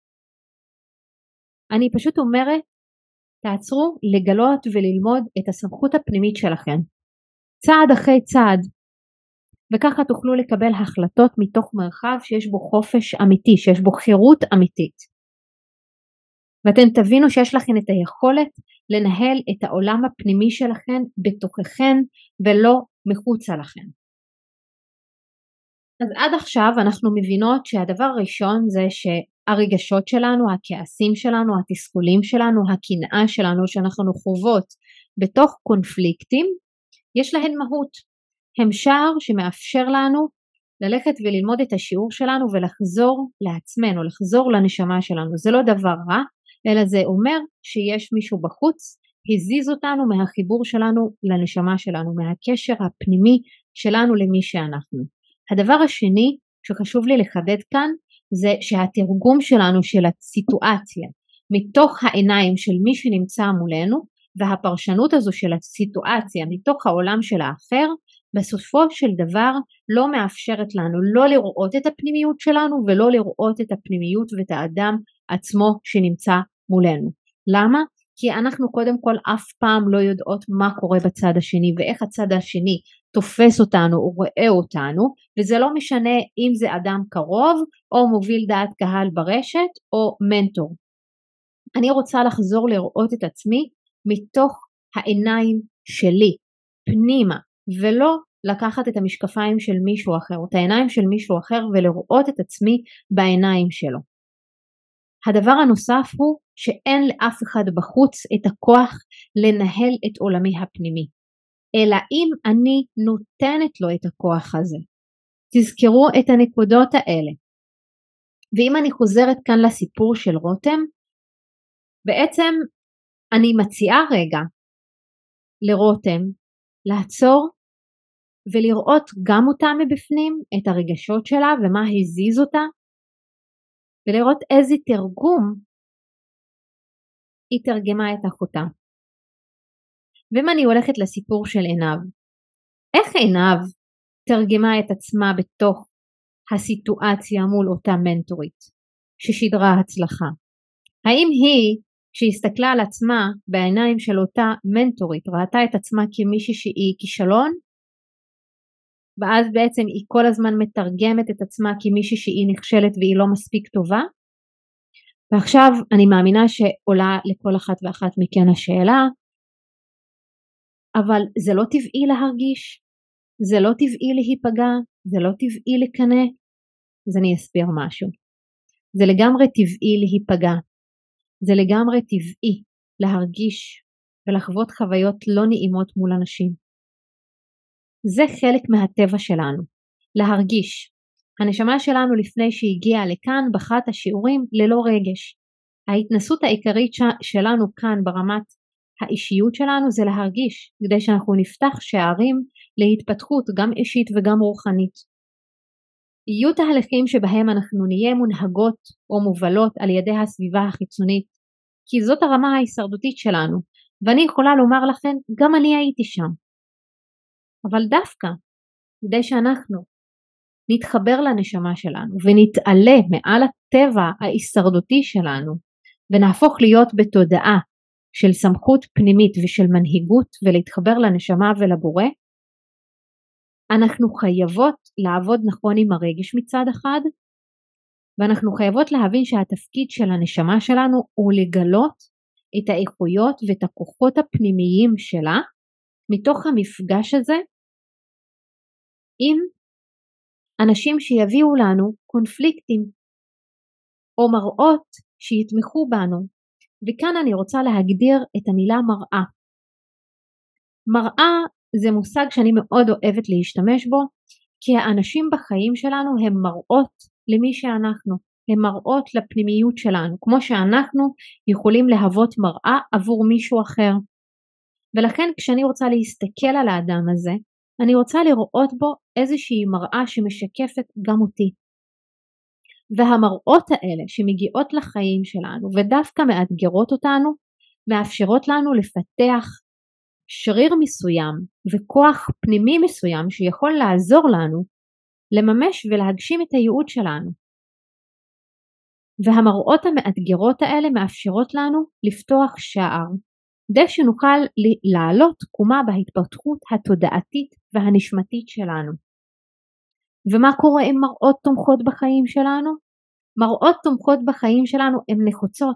אני פשוט אומרת תעצרו לגלות וללמוד את הסמכות הפנימית שלכם. צעד אחרי צעד. וככה תוכלו לקבל החלטות מתוך מרחב שיש בו חופש אמיתי, שיש בו חירות אמיתית. ואתם תבינו שיש לכם את היכולת לנהל את העולם הפנימי שלכם בתוככם ולא מחוצה לכם. אז עד עכשיו אנחנו מבינות שהדבר הראשון זה שהרגשות שלנו, הכעסים שלנו, התסכולים שלנו, הקנאה שלנו שאנחנו חוות בתוך קונפליקטים, יש להן מהות. הם שער שמאפשר לנו ללכת וללמוד את השיעור שלנו ולחזור לעצמנו, לחזור לנשמה שלנו. זה לא דבר רע, אלא זה אומר שיש מישהו בחוץ, הזיז אותנו מהחיבור שלנו לנשמה שלנו, מהקשר הפנימי שלנו למי שאנחנו. הדבר השני שחשוב לי לחדד כאן, זה שהתרגום שלנו של הסיטואציה, מתוך העיניים של מי שנמצא מולנו, והפרשנות הזו של הסיטואציה מתוך העולם של האחר, בסופו של דבר לא מאפשרת לנו לא לראות את הפנימיות שלנו ולא לראות את הפנימיות ואת האדם עצמו שנמצא מולנו. למה? כי אנחנו קודם כל אף פעם לא יודעות מה קורה בצד השני ואיך הצד השני תופס אותנו או רואה אותנו, וזה לא משנה אם זה אדם קרוב או מוביל דעת קהל ברשת או מנטור. אני רוצה לחזור לראות את עצמי מתוך העיניים שלי, פנימה, ולא לקחת את המשקפיים של מישהו אחר, או את העיניים של מישהו אחר ולראות את עצמי בעיניים שלו. הדבר הנוסף הוא שאין לאף אחד בחוץ את הכוח לנהל את עולמי הפנימי, אלא אם אני נותנת לו את הכוח הזה. תזכרו את הנקודות האלה. ואם אני חוזרת כאן לסיפור של רותם, בעצם אני מציעה רגע לרותם לעצור ולראות גם אותה מבפנים, את הרגשות שלה ומה הזיז אותה, ולראות איזה תרגום היא תרגמה את אחותה. ואם אני הולכת לסיפור של עינב, איך עינב תרגמה את עצמה בתוך הסיטואציה מול אותה מנטורית ששידרה הצלחה? האם היא, כשהסתכלה על עצמה בעיניים של אותה מנטורית, ראתה את עצמה כמישהי שהיא כישלון? ואז בעצם היא כל הזמן מתרגמת את עצמה כמישהי שהיא נכשלת והיא לא מספיק טובה? ועכשיו אני מאמינה שעולה לכל אחת ואחת מכן השאלה, אבל זה לא טבעי להרגיש? זה לא טבעי להיפגע? זה לא טבעי לקנא? אז אני אסביר משהו. זה לגמרי טבעי להיפגע. זה לגמרי טבעי להרגיש ולחוות חוויות לא נעימות מול אנשים. זה חלק מהטבע שלנו, להרגיש. הנשמה שלנו לפני שהגיעה לכאן בחרת השיעורים ללא רגש. ההתנסות העיקרית שלנו כאן ברמת האישיות שלנו זה להרגיש, כדי שאנחנו נפתח שערים להתפתחות גם אישית וגם רוחנית. יהיו תהליכים שבהם אנחנו נהיה מונהגות או מובלות על ידי הסביבה החיצונית, כי זאת הרמה ההישרדותית שלנו, ואני יכולה לומר לכם, גם אני הייתי שם. אבל דווקא, כדי שאנחנו נתחבר לנשמה שלנו ונתעלה מעל הטבע ההישרדותי שלנו, ונהפוך להיות בתודעה של סמכות פנימית ושל מנהיגות ולהתחבר לנשמה ולבורא, אנחנו חייבות לעבוד נכון עם הרגש מצד אחד, ואנחנו חייבות להבין שהתפקיד של הנשמה שלנו הוא לגלות את האיכויות ואת הכוחות הפנימיים שלה, מתוך המפגש הזה עם אנשים שיביאו לנו קונפליקטים או מראות שיתמכו בנו. וכאן אני רוצה להגדיר את המילה מראה. מראה זה מושג שאני מאוד אוהבת להשתמש בו, כי האנשים בחיים שלנו הם מראות למי שאנחנו, הם מראות לפנימיות שלנו, כמו שאנחנו יכולים להוות מראה עבור מישהו אחר. ולכן כשאני רוצה להסתכל על האדם הזה, אני רוצה לראות בו איזושהי מראה שמשקפת גם אותי. והמראות האלה שמגיעות לחיים שלנו ודווקא מאתגרות אותנו, מאפשרות לנו לפתח שריר מסוים וכוח פנימי מסוים שיכול לעזור לנו לממש ולהגשים את הייעוד שלנו. והמראות המאתגרות האלה מאפשרות לנו לפתוח שער, כדי שנוכל לעלות קומה בהתפתחות התודעתית והנשמתית שלנו. ומה קורה עם מראות תומכות בחיים שלנו? מראות תומכות בחיים שלנו הן נחוצות.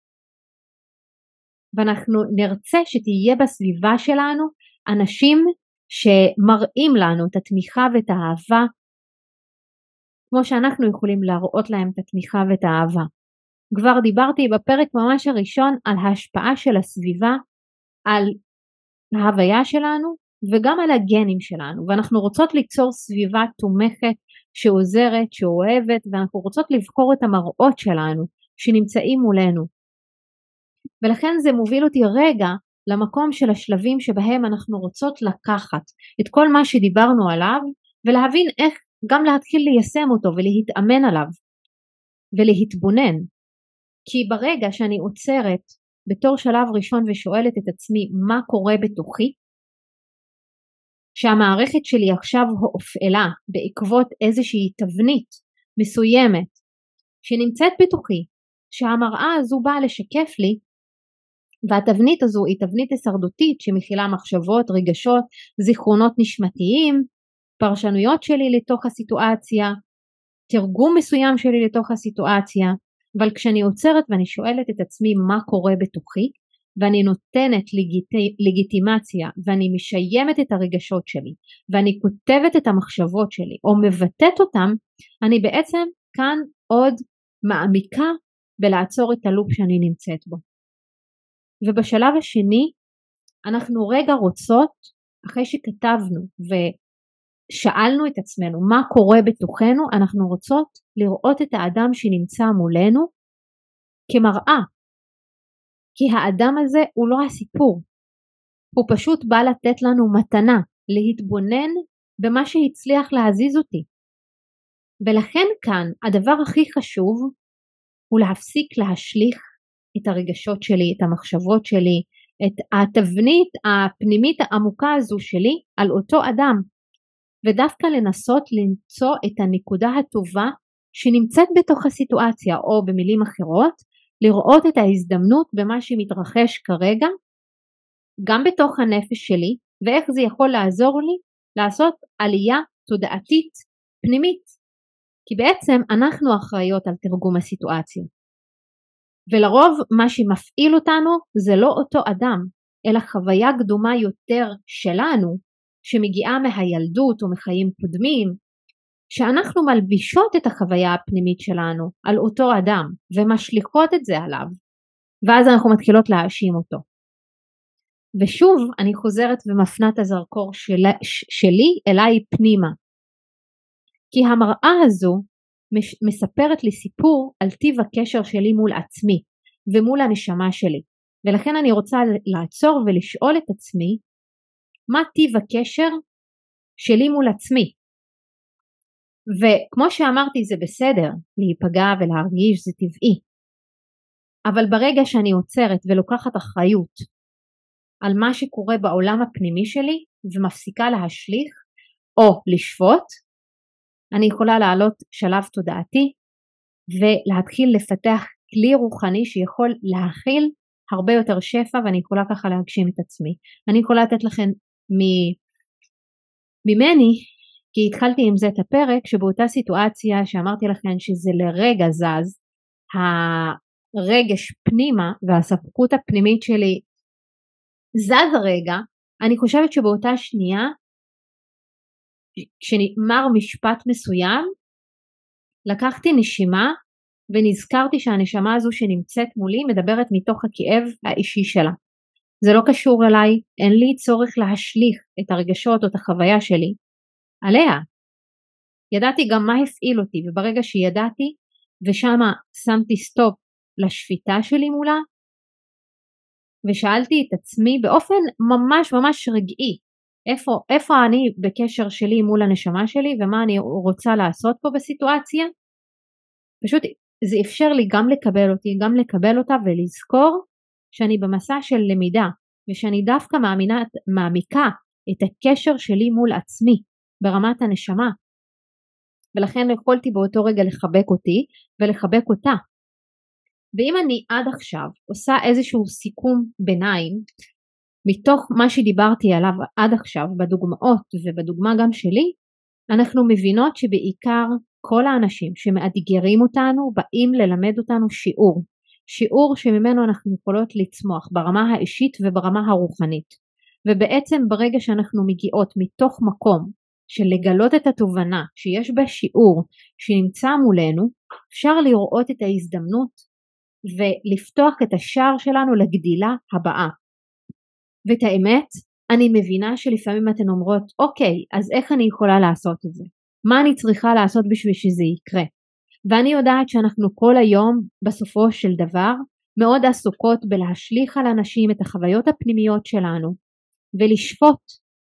ואנחנו נרצה שתהיה בסביבה שלנו אנשים שמראים לנו את התמיכה ואת האהבה, כמו שאנחנו יכולים להראות להם את התמיכה ואת האהבה. כבר דיברתי בפרק ממש הראשון על ההשפעה של הסביבה, על ההוויה שלנו וגם על הגנים שלנו, ואנחנו רוצות ליצור סביבה תומכת שעוזרת, שאוהבת, ואנחנו רוצות לבחור את המראות שלנו שנמצאים מולנו. ולכן זה מוביל אותי רגע למקום של השלבים שבהם אנחנו רוצות לקחת את כל מה שדיברנו עליו ולהבין איך גם להתחיל ליישם אותו ולהתאמן עליו ולהתבונן. כי ברגע שאני עוצרת בתור שלב ראשון ושואלת את עצמי מה קורה בתוכי, שהמערכת שלי עכשיו הופעלה בעקבות איזושהי תבנית מסוימת שנמצאת בתוכי, שהמראה הזו באה לשקף לי, והתבנית הזו היא תבנית הישרדותית שמכילה מחשבות, רגשות, זיכרונות נשמתיים, פרשנויות שלי לתוך הסיטואציה, תרגום מסוים שלי לתוך הסיטואציה. אבל כשאני עוצרת ואני שואלת את עצמי מה קורה בתוכי, ואני נותנת לגיט... לגיטימציה, ואני משיימת את הרגשות שלי, ואני כותבת את המחשבות שלי, או מבטאת אותם, אני בעצם כאן עוד מעמיקה בלעצור את הלופ שאני נמצאת בו. ובשלב השני, אנחנו רגע רוצות, אחרי שכתבנו ושאלנו את עצמנו מה קורה בתוכנו, אנחנו רוצות לראות את האדם שנמצא מולנו כמראה. כי האדם הזה הוא לא הסיפור, הוא פשוט בא לתת לנו מתנה, להתבונן במה שהצליח להזיז אותי. ולכן כאן הדבר הכי חשוב הוא להפסיק להשליך את הרגשות שלי, את המחשבות שלי, את התבנית הפנימית העמוקה הזו שלי על אותו אדם, ודווקא לנסות למצוא את הנקודה הטובה שנמצאת בתוך הסיטואציה, או במילים אחרות, לראות את ההזדמנות במה שמתרחש כרגע, גם בתוך הנפש שלי, ואיך זה יכול לעזור לי לעשות עלייה תודעתית פנימית. כי בעצם אנחנו אחראיות על תרגום הסיטואציה. ולרוב מה שמפעיל אותנו זה לא אותו אדם, אלא חוויה קדומה יותר שלנו, שמגיעה מהילדות או מחיים קודמים, שאנחנו מלבישות את החוויה הפנימית שלנו על אותו אדם, ומשליכות את זה עליו, ואז אנחנו מתחילות להאשים אותו. ושוב אני חוזרת ומפנה את הזרקור של, שלי אליי פנימה, כי המראה הזו מספרת לי סיפור על טיב הקשר שלי מול עצמי ומול הנשמה שלי, ולכן אני רוצה לעצור ולשאול את עצמי מה טיב הקשר שלי מול עצמי. וכמו שאמרתי, זה בסדר להיפגע ולהרגיש, זה טבעי. אבל ברגע שאני עוצרת ולוקחת אחריות על מה שקורה בעולם הפנימי שלי ומפסיקה להשליך או לשפוט, אני יכולה לעלות שלב תודעתי ולהתחיל לפתח כלי רוחני שיכול להכיל הרבה יותר שפע, ואני יכולה ככה להגשים את עצמי. אני יכולה לתת לכם מ- ממני, כי התחלתי עם זה את הפרק, שבאותה סיטואציה שאמרתי לכם שזה לרגע זז, הרגש פנימה והספקות הפנימית שלי זז הרגע, אני חושבת שבאותה שנייה, כשנאמר משפט מסוים, לקחתי נשימה ונזכרתי שהנשמה הזו שנמצאת מולי מדברת מתוך הכאב האישי שלה. זה לא קשור אליי, אין לי צורך להשליך את הרגשות או את החוויה שלי עליה. ידעתי גם מה הפעיל אותי, וברגע שידעתי ושמה שמתי סטופ לשפיטה שלי מולה, ושאלתי את עצמי באופן ממש ממש רגעי, איפה, איפה אני בקשר שלי מול הנשמה שלי ומה אני רוצה לעשות פה בסיטואציה. פשוט זה אפשר לי גם לקבל אותי, גם לקבל אותה ולזכור שאני במסע של למידה, ושאני דווקא מאמינה, מעמיקה את הקשר שלי מול עצמי ברמת הנשמה, ולכן יכולתי באותו רגע לחבק אותי ולחבק אותה. ואם אני עד עכשיו עושה איזשהו סיכום ביניים מתוך מה שדיברתי עליו עד עכשיו בדוגמאות ובדוגמה גם שלי, אנחנו מבינות שבעיקר כל האנשים שמאתגרים אותנו באים ללמד אותנו שיעור, שיעור שממנו אנחנו יכולות לצמוח ברמה האישית וברמה הרוחנית. ובעצם ברגע שאנחנו מגיעות מתוך מקום של לגלות את התובנה שיש בשיעור שנמצא מולנו, אפשר לראות את ההזדמנות ולפתוח את השער שלנו לגדילה הבאה. ואת האמת, אני מבינה שלפעמים אתן אומרות, אוקיי, אז איך אני יכולה לעשות את זה? מה אני צריכה לעשות בשביל שזה יקרה? ואני יודעת שאנחנו כל היום בסופו של דבר מאוד עסוקות בלהשליך על אנשים את החוויות הפנימיות שלנו ולשפוט,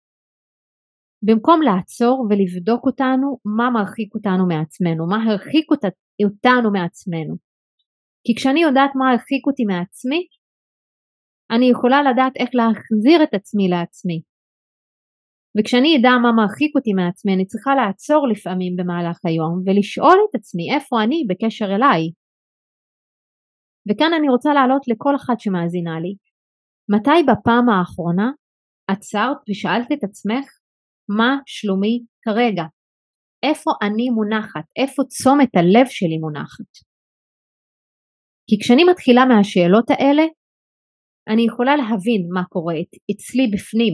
במקום לעצור ולבדוק אותנו מה מרחיק אותנו מעצמנו, מה הרחיק אותנו מעצמנו. כי כשאני יודעת מה הרחיק אותי מעצמי, אני יכולה לדעת איך להחזיר את עצמי לעצמי. וכשאני אדע מה מרחיק אותי מעצמי, אני צריכה לעצור לפעמים במהלך היום ולשאול את עצמי איפה אני בקשר אליי. וכאן אני רוצה לעלות לכל אחד שמאזינה לי. מתי בפעם האחרונה עצרת ושאלת את עצמך מה שלומי כרגע? איפה אני מונחת? איפה צומת הלב שלי מונחת? כי כשאני מתחילה מהשאלות האלה, אני יכולה להבין מה קורה אצלי בפנים.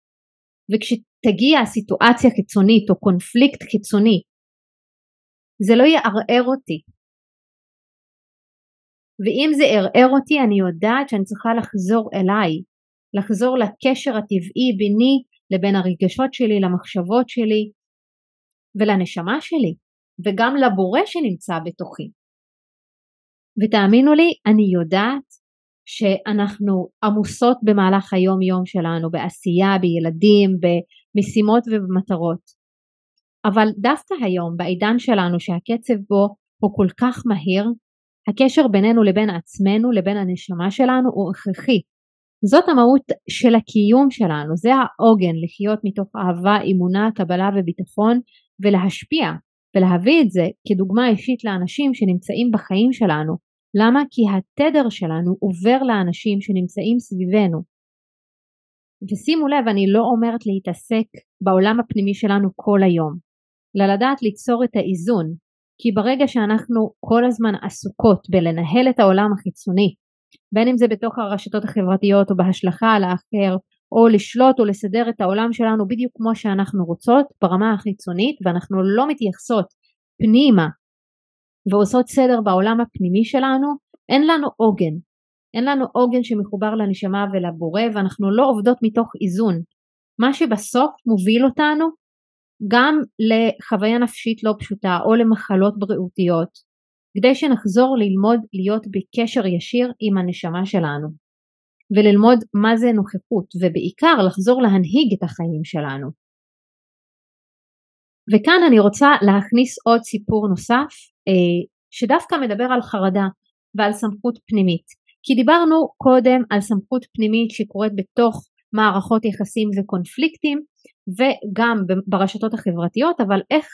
וכשתגיע סיטואציה חיצונית או קונפליקט חיצוני, זה לא יערער אותי. ואם זה יערער אותי, אני יודעת שאני צריכה לחזור אליי, לחזור לקשר הטבעי ביני לבין הרגשות שלי, למחשבות שלי ולנשמה שלי, וגם לבורא שנמצא בתוכי. ותאמינו לי, אני יודעת שאנחנו עמוסות במהלך היום יום שלנו, בעשייה, בילדים, במשימות ובמטרות. אבל דווקא היום, בעידן שלנו שהקצב בו הוא כל כך מהיר, הקשר בינינו לבין עצמנו, לבין הנשמה שלנו הוא הכרחי. זאת המהות של הקיום שלנו, זה העוגן לחיות מתוך אהבה, אמונה, קבלה וביטחון, ולהשפיע ולהביא את זה כדוגמה אישית לאנשים שנמצאים בחיים שלנו. למה? כי התדר שלנו עובר לאנשים שנמצאים סביבנו. ושימו לב, אני לא אומרת להתעסק בעולם הפנימי שלנו כל היום, אלא לדעת ליצור את האיזון, כי ברגע שאנחנו כל הזמן עסוקות בלנהל את העולם החיצוני, בין אם זה בתוך הרשתות החברתיות או בהשלכה על האחר, או לשלוט או לסדר את העולם שלנו בדיוק כמו שאנחנו רוצות ברמה החיצונית, ואנחנו לא מתייחסות פנימה ועושות סדר בעולם הפנימי שלנו, אין לנו עוגן, אין לנו עוגן שמחובר לנשמה ולבורא, ואנחנו לא עובדות מתוך איזון, מה שבסוף מוביל אותנו גם לחוויה נפשית לא פשוטה או למחלות בריאותיות, כדי שנחזור ללמוד להיות בקשר ישיר עם הנשמה שלנו, וללמוד מה זה נוכחות, ובעיקר לחזור להנהיג את החיים שלנו. וכאן אני רוצה להכניס עוד סיפור נוסף אה, שדווקא מדבר על חרדה ועל סמכות פנימית. כי דיברנו קודם על סמכות פנימית שקורית בתוך מערכות יחסים וקונפליקטים וגם ברשתות החברתיות, אבל איך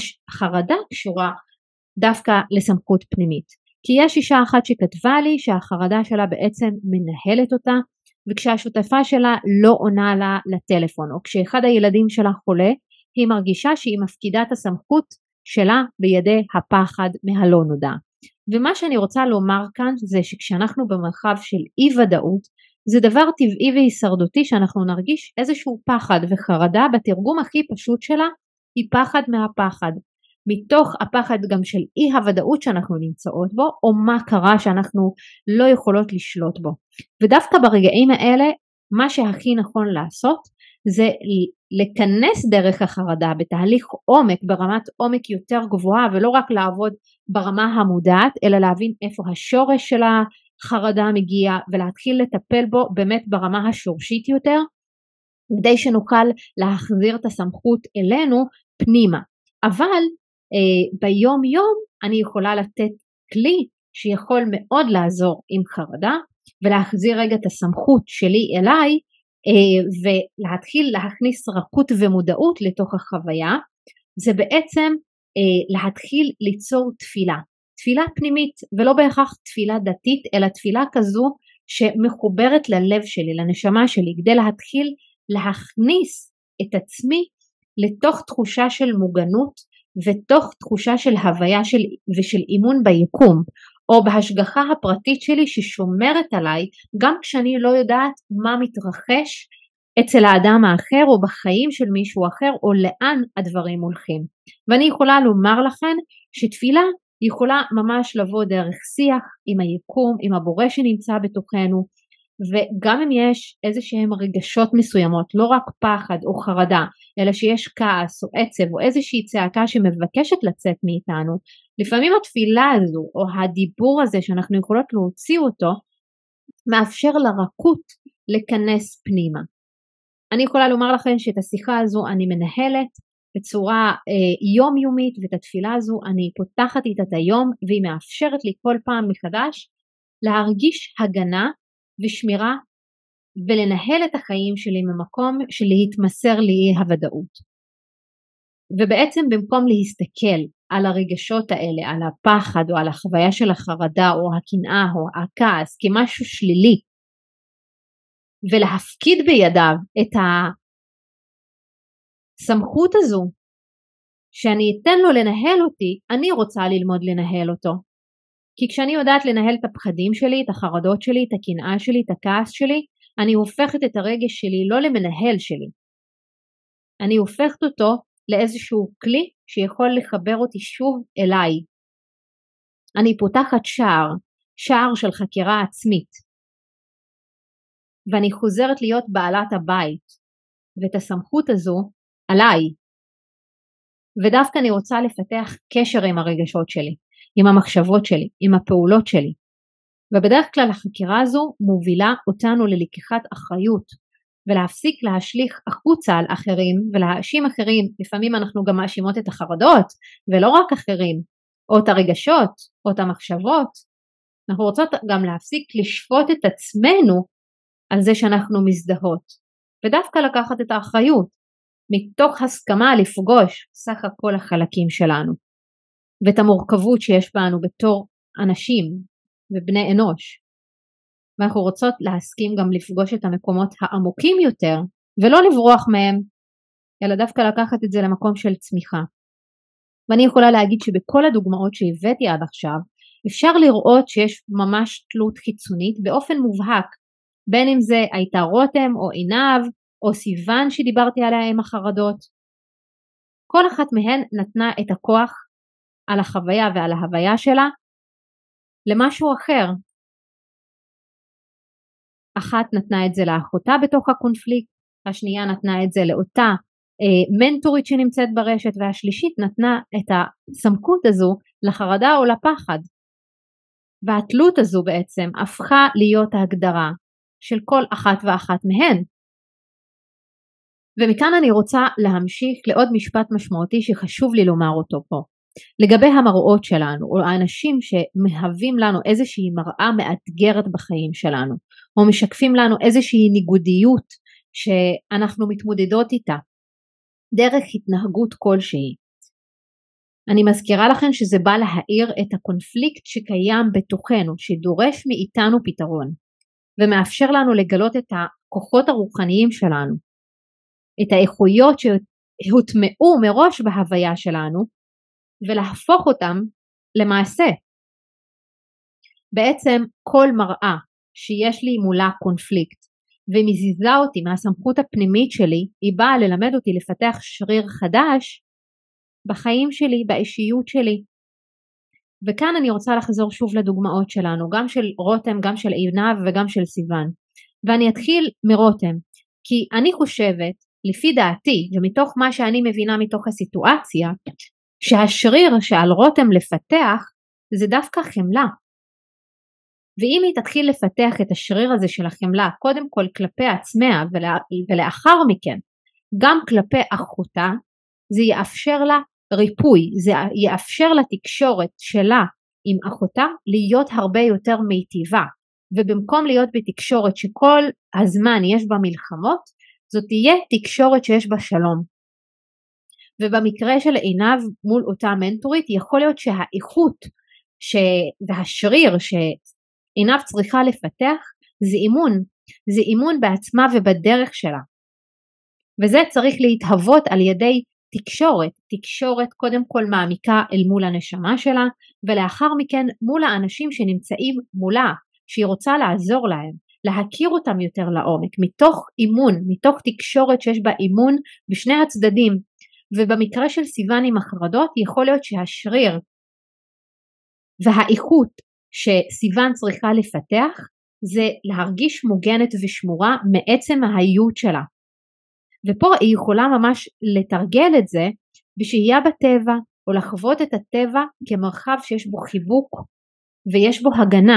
חרדה קשורה דווקא לסמכות פנימית. כי יש אישה אחת שכתבה לי שהחרדה שלה בעצם מנהלת אותה, וכשהשותפה שלה לא עונה לה לטלפון, או כשאחד הילדים שלה חולה, היא מרגישה שהיא מפקידה את הסמכות שלה בידי הפחד מהלא נודע. ומה שאני רוצה לומר כאן זה שכשאנחנו במרחב של אי ודאות, זה דבר טבעי והישרדותי שאנחנו נרגיש איזשהו פחד וחרדה, בתרגום הכי פשוט שלה היא פחד מהפחד. מתוך הפחד גם של אי הוודאות שאנחנו נמצאות בו, או מה קרה שאנחנו לא יכולות לשלוט בו. ודווקא ברגעים האלה, מה שהכי נכון לעשות, זה לכנס דרך החרדה בתהליך עומק, ברמת עומק יותר גבוהה, ולא רק לעבוד ברמה המודעת, אלא להבין איפה השורש של החרדה מגיע, ולהתחיל לטפל בו באמת ברמה השורשית יותר, כדי שנוכל להחזיר את הסמכות אלינו פנימה. אבל אה, ביום יום אני יכולה לתת כלי שיכול מאוד לעזור עם חרדה, ולהחזיר רגע את הסמכות שלי אליי, אה, ולהתחיל להכניס רכות ומודעות לתוך החוויה. זה בעצם אה, להתחיל ליצור תפילה, תפילה פנימית, ולא בהכרח תפילה דתית, אלא תפילה כזו שמחוברת ללב שלי, לנשמה שלי, כדי להתחיל להכניס את עצמי לתוך תחושה של מוגנות, ותוך תחושה של הוויה של, ושל אימון ביקום, או בהשגחה הפרטית שלי ששומרת עליי, גם כשאני לא יודעת מה מתרחש אצל האדם האחר, או בחיים של מישהו אחר, או לאן הדברים הולכים. ואני יכולה לומר לכם שתפילה יכולה ממש לבוא דרך שיח עם היקום, עם הבורא שנמצא בתוכנו, וגם אם יש איזה שהם רגשות מסוימות, לא רק פחד או חרדה, אלא שיש כעס או עצב או איזושהי צעקה שמבקשת לצאת מאיתנו, לפעמים התפילה הזו או הדיבור הזה שאנחנו יכולות להוציא אותו, מאפשר לרכות לכנס פנימה. אני יכולה לומר לכם שאת השיחה הזו אני מנהלת בצורה אה, יומיומית, ואת התפילה הזו אני פותחת איתה את היום, והיא מאפשרת לי כל פעם מחדש להרגיש הגנה ושמירה, ולנהל את החיים שלי ממקום של להתמסר לי הוודאות. ובעצם במקום להסתכל על הרגשות האלה, על הפחד או על החוויה של החרדה או הקנאה או הכעס כמשהו שלילי, ולהפקיד בידיו את הסמכות הזו, שאני אתן לו לנהל אותי, אני רוצה ללמוד לנהל אותו. כי כשאני יודעת לנהל את הפחדים שלי, את החרדות שלי, את הקנאה שלי, את הכעס שלי, אני הופכת את הרגש שלי לא למנהל שלי. אני הופכת אותו לאיזשהו כלי שיכול לחבר אותי שוב אליי. אני פותחת שער, שער של חקירה עצמית. ואני חוזרת להיות בעלת הבית, ואת הסמכות הזו עליי. ודווקא אני רוצה לפתח קשר עם הרגשות שלי, עם המחשבות שלי, עם הפעולות שלי. ובדרך כלל החקירה הזו מובילה אותנו ללקיחת אחריות, ולהפסיק להשליך החוצה על אחרים ולהאשים אחרים. לפעמים אנחנו גם מאשימות את החרדות, ולא רק אחרים, או את הרגשות, או את המחשבות. אנחנו רוצות גם להפסיק לשפוט את עצמנו על זה שאנחנו מזדהות, ודווקא לקחת את האחריות, מתוך הסכמה לפגוש סך הכל החלקים שלנו, ואת המורכבות שיש בנו בתור אנשים ובני אנוש. ואנחנו רוצות להסכים גם לפגוש את המקומות העמוקים יותר, ולא לברוח מהם, אלא דווקא לקחת את זה למקום של צמיחה. ואני יכולה להגיד שבכל הדוגמאות שהבאתי עד עכשיו, אפשר לראות שיש ממש תלות חיצונית באופן מובהק, בין אם זה הייתה רותם או עינב, או סיוון שדיברתי עליה עם החרדות. כל אחת מהן נתנה את הכוח על החוויה ועל ההוויה שלה למשהו אחר. אחת נתנה את זה לאחותה בתוך הקונפליקט, השנייה נתנה את זה לאותה אה, מנטורית שנמצאת ברשת, והשלישית נתנה את הסמכות הזו לחרדה או לפחד. והתלות הזו בעצם הפכה להיות ההגדרה של כל אחת ואחת מהן. ומכאן אני רוצה להמשיך לעוד משפט משמעותי שחשוב לי לומר אותו פה. לגבי המראות שלנו, או האנשים שמהווים לנו איזושהי מראה מאתגרת בחיים שלנו, או משקפים לנו איזושהי ניגודיות שאנחנו מתמודדות איתה, דרך התנהגות כלשהי. אני מזכירה לכם שזה בא להאיר את הקונפליקט שקיים בתוכנו, שדורש מאיתנו פתרון, ומאפשר לנו לגלות את הכוחות הרוחניים שלנו, את האיכויות שהוטמעו מראש בהוויה שלנו, ולהפוך אותם למעשה. בעצם כל מראה שיש לי מולה קונפליקט, ומזיזה אותי מהסמכות הפנימית שלי, היא באה ללמד אותי לפתח שריר חדש בחיים שלי, באישיות שלי. וכאן אני רוצה לחזור שוב לדוגמאות שלנו, גם של רותם, גם של עינב וגם של סיוון. ואני אתחיל מרותם, כי אני חושבת, לפי דעתי, ומתוך מה שאני מבינה מתוך הסיטואציה, שהשריר שעל רותם לפתח, זה דווקא חמלה. ואם היא תתחיל לפתח את השריר הזה של החמלה, קודם כל כלפי עצמה ולה, ולאחר מכן, גם כלפי אחותה, זה יאפשר לה ריפוי, זה יאפשר לתקשורת שלה עם אחותה להיות הרבה יותר מיטיבה, ובמקום להיות בתקשורת שכל הזמן יש בה מלחמות, זאת תהיה תקשורת שיש בה שלום. ובמקרה של עינב מול אותה מנטורית, יכול להיות שהאיכות ש... והשריר שעינב צריכה לפתח, זה אימון, זה אימון בעצמה ובדרך שלה. וזה צריך להתהוות על ידי תקשורת, תקשורת קודם כל מעמיקה אל מול הנשמה שלה, ולאחר מכן מול האנשים שנמצאים מולה, שהיא רוצה לעזור להם, להכיר אותם יותר לעומק, מתוך אימון, מתוך תקשורת שיש בה אימון בשני הצדדים. ובמקרה של סיוון עם החרדות, יכול להיות שהשריר והאיכות שסיוון צריכה לפתח, זה להרגיש מוגנת ושמורה מעצם ההיות שלה. ופה היא יכולה ממש לתרגל את זה בשהייה בטבע, או לחוות את הטבע כמרחב שיש בו חיבוק ויש בו הגנה.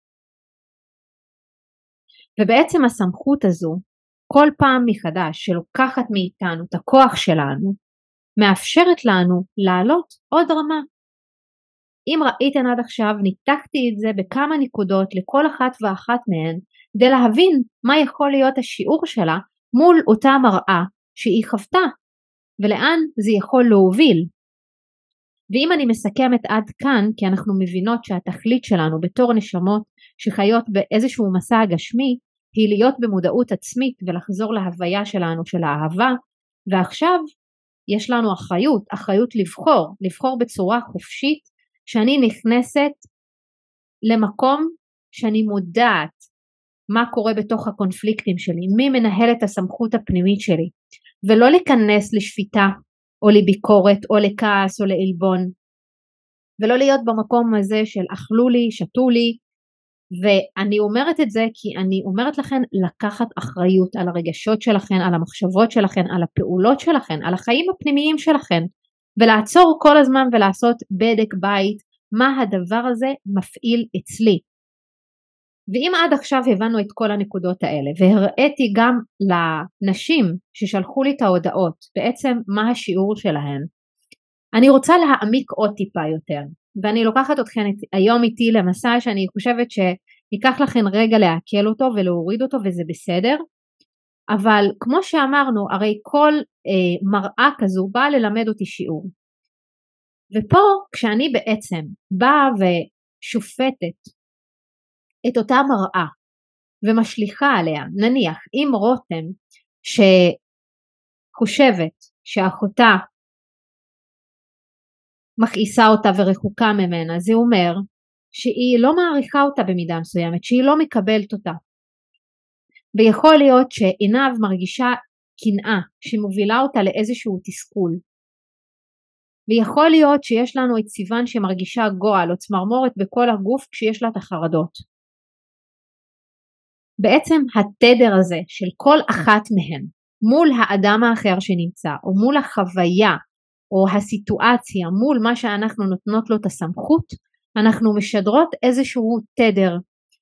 ובעצם הסמכות הזו, כל פעם מחדש שלוקחת מאיתנו את הכוח שלנו, מאפשרת לנו לעלות עוד רמה. אם ראיתן עד עכשיו, ניתקתי את זה בכמה נקודות לכל אחת ואחת מהן, כדי להבין מה יכול להיות השיעור שלה מול אותה מראה שהיא חוותה, ולאן זה יכול להוביל. ואם אני מסכמת עד כאן, כי אנחנו מבינות שהתכלית שלנו בתור נשמות שחיות באיזשהו מסע גשמי, היא להיות במודעות עצמית ולחזור להוויה שלנו של האהבה, ועכשיו יש לנו אחריות, אחריות לבחור, לבחור בצורה חופשית, שאני נכנסת למקום שאני מודעת מה קורה בתוך הקונפליקטים שלי, מי מנהל את הסמכות הפנימית שלי, ולא להיכנס לשפיטה או לביקורת או לכעס או לעלבון, ולא להיות במקום הזה של אכלו לי, שתו לי. ואני אומרת את זה כי אני אומרת לכן לקחת אחריות על הרגשות שלכן, על המחשבות שלכן, על הפעולות שלכן, על החיים הפנימיים שלכן, ולעצור כל הזמן ולעשות בדק בית, מה הדבר הזה מפעיל אצלי. ואם עד עכשיו הבנו את כל הנקודות האלה, והראיתי גם לנשים ששלחו לי את ההודעות, בעצם מה השיעור שלהן, אני רוצה להעמיק עוד טיפה יותר, ואני לוקחת אתכן היום איתי למסע שאני חושבת שיקח לכן רגע להקל אותו ולהוריד אותו, וזה בסדר. אבל כמו שאמרנו, הרי כל אה, מראה כזו באה ללמד אותי שיעור. ופה כשאני בעצם באה ושופטת את אותה מראה ומשליכה עליה, נניח אם רותם שחושבת שאחותה מכעיסה אותה ורחוקה ממנה, זה אומר שהיא לא מעריכה אותה במידה מסוימת, שהיא לא מקבלת אותה. ויכול להיות שעינב מרגישה קנאה שמובילה אותה לאיזשהו תסכול. ויכול להיות שיש לנו את סיוון שמרגישה גועל או צמרמורת בכל הגוף כשיש לה את החרדות. בעצם התדר הזה של כל אחת מהן מול האדם האחר שנמצא, או מול החוויה או הסיטואציה, מול מה שאנחנו נותנות לו את הסמכות, אנחנו משדרות איזשהו תדר,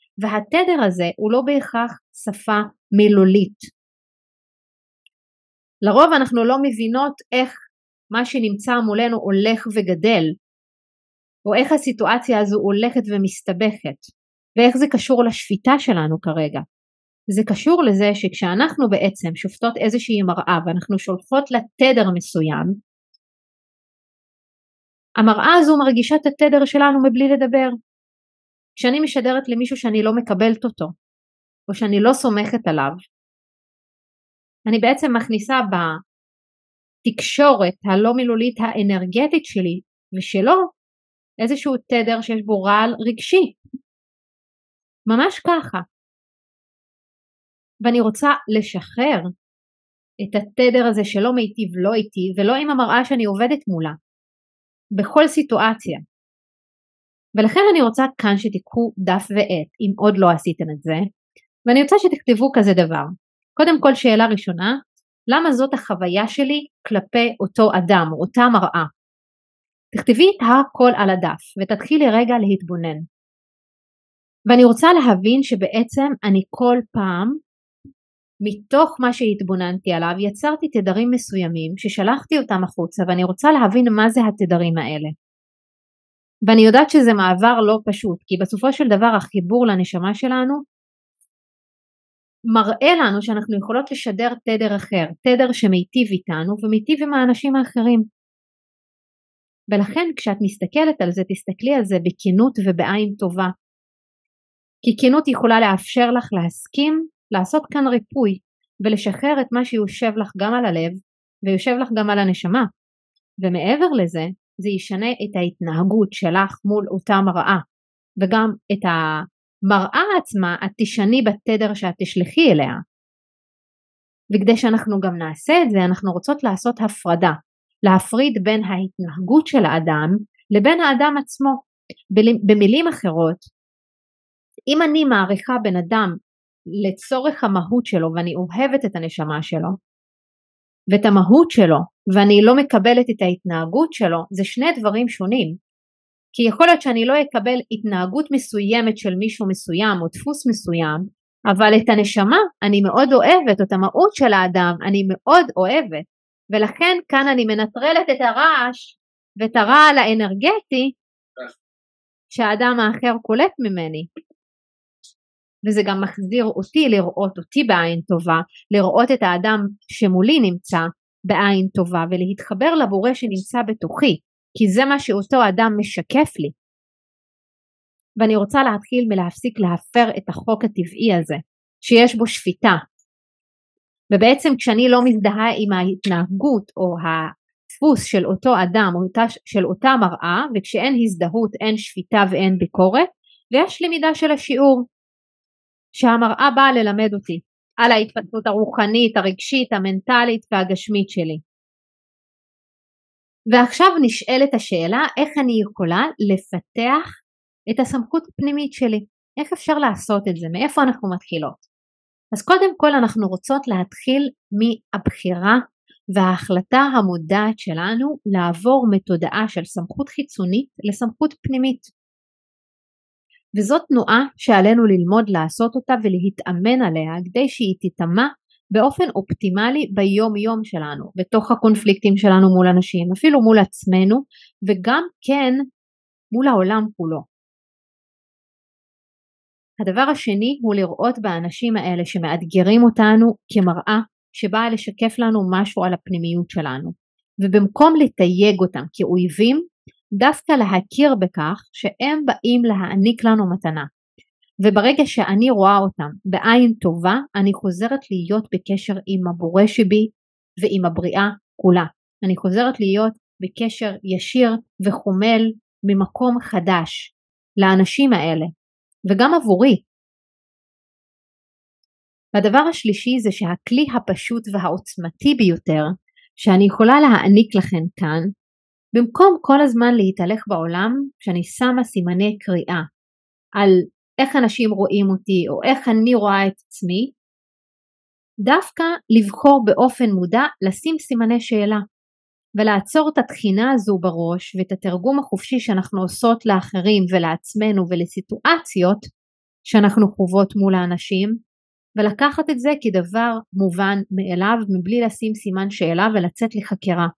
והתדר הזה הוא לא בהכרח שפה מילולית. לרוב אנחנו לא מבינות איך מה שנמצא מולנו הולך וגדל, או איך הסיטואציה הזו הולכת ומסתבכת, ואיך זה קשור לשפיטה שלנו כרגע. זה קשור לזה שכשאנחנו בעצם שופטות איזושהי מראה ואנחנו שולפות לה תדר מסוים, המראה הזו מרגישה את התדר שלנו מבלי לדבר. כשאני משדרת למישהו שאני לא מקבלת אותו, או שאני לא סומכת עליו, אני בעצם מכניסה בתקשורת הלא מילולית האנרגטית שלי ושלו איזשהו תדר שיש בו רעל רגשי. ממש ככה. ואני רוצה לשחרר את התדר הזה שלא מיטיב לא איתי ולא עם המראה שאני עובדת מולה. בכל סיטואציה. ולכן אני רוצה כאן שתיקחו דף ועט, אם עוד לא עשיתם את זה, ואני רוצה שתכתבו כזה דבר. קודם כל שאלה ראשונה, למה זאת החוויה שלי כלפי אותו אדם, אותה מראה? תכתבי את הכל על הדף, ותתחילי רגע להתבונן. ואני רוצה להבין שבעצם אני כל פעם, מתוך מה שהתבוננתי עליו, יצרתי תדרים מסוימים ששלחתי אותם החוצה, ואני רוצה להבין מה זה התדרים האלה. ואני יודעת שזה מעבר לא פשוט, כי בסופו של דבר החיבור לנשמה שלנו, מראה לנו שאנחנו יכולות לשדר תדר אחר, תדר שמיטיב איתנו ומיטיב עם האנשים האחרים. ולכן כשאת מסתכלת על זה, תסתכלי על זה בכנות ובעין טובה. כי כנות יכולה לאפשר לך להסכים, לעשות כאן ריפוי, ולשחרר את מה שיושב לך גם על הלב, ויושב לך גם על הנשמה. ומעבר לזה, זה ישנה את ההתנהגות שלך מול אותה מראה, וגם את המראה עצמה, את תשני בתדר שאת תשלחי אליה. וכדי שאנחנו גם נעשה את זה, אנחנו רוצות לעשות הפרדה, להפריד בין ההתנהגות של האדם, לבין האדם עצמו. במילים אחרות, אם אני מעריכה בן אדם לצורך המהות שלו, ואני אוהבת את הנשמה שלו, ואת המהות שלו, ואני לא מקבלת את ההתנהגות שלו, זה שני דברים שונים. כי יכול להיות שאני לא אקבל התנהגות מסוימת של מישהו מסוים, או דפוס מסוים, אבל את הנשמה אני מאוד אוהבת, או את המהות של האדם אני מאוד אוהבת, ולכן כאן אני מנטרלת את הרעש, ואת הרעל האנרגטי, שהאדם האחר קולט ממני. וזה גם מחזיר אותי לראות אותי בעין טובה, לראות את האדם שמולי נמצא בעין טובה, ולהתחבר לבורא שנמצא בתוכי, כי זה מה שאותו אדם משקף לי. ואני רוצה להתחיל מלהפסיק להפר את החוק הטבעי הזה, שיש בו שפיטה. ובעצם כשאני לא מזדהה עם ההתנהגות או הדפוס של אותו אדם או של אותה מראה, וכשאין הזדהות אין שפיטה ואין ביקורת, ויש למידה של השיעור, שהמראה באה ללמד אותי על ההתפתחות הרוחנית, הרגשית, המנטלית והגשמית שלי. ועכשיו נשאלת השאלה, איך אני יכולה לפתח את הסמכות הפנימית שלי? איך אפשר לעשות את זה? מאיפה אנחנו מתחילות? אז קודם כל אנחנו רוצות להתחיל מהבחירה וההחלטה המודעת שלנו לעבור מתודעה של סמכות חיצונית לסמכות פנימית. וזאת תנועה שעלינו ללמוד לעשות אותה ולהתאמן עליה כדי שהיא תטמע באופן אופטימלי ביום יום שלנו, בתוך הקונפליקטים שלנו מול אנשים, אפילו מול עצמנו, וגם כן מול העולם כולו. הדבר השני הוא לראות באנשים האלה שמאתגרים אותנו כמראה שבאה לשקף לנו משהו על הפנימיות שלנו, ובמקום לתייג אותם כאויבים, דווקא להכיר בכך שהם באים להעניק לנו מתנה. וברגע שאני רואה אותם בעין טובה, אני חוזרת להיות בקשר עם הבורא שבי ועם הבריאה כולה. אני חוזרת להיות בקשר ישיר וחומל ממקום חדש לאנשים האלה, וגם עבורי. והדבר השלישי זה שהכלי הפשוט והעוצמתי ביותר שאני יכולה להעניק לכם כאן, במקום כל הזמן להתהלך בעולם שאני שמה סימני קריאה על איך אנשים רואים אותי או איך אני רואה את עצמי, דווקא לבחור באופן מודע לשים סימני שאלה ולעצור את התחינה הזו בראש ואת התרגום החופשי שאנחנו עושות לאחרים ולעצמנו ולסיטואציות שאנחנו חוות מול האנשים, ולקחת את זה כדבר מובן מאליו, מבלי לשים סימן שאלה ולצאת לחקירה.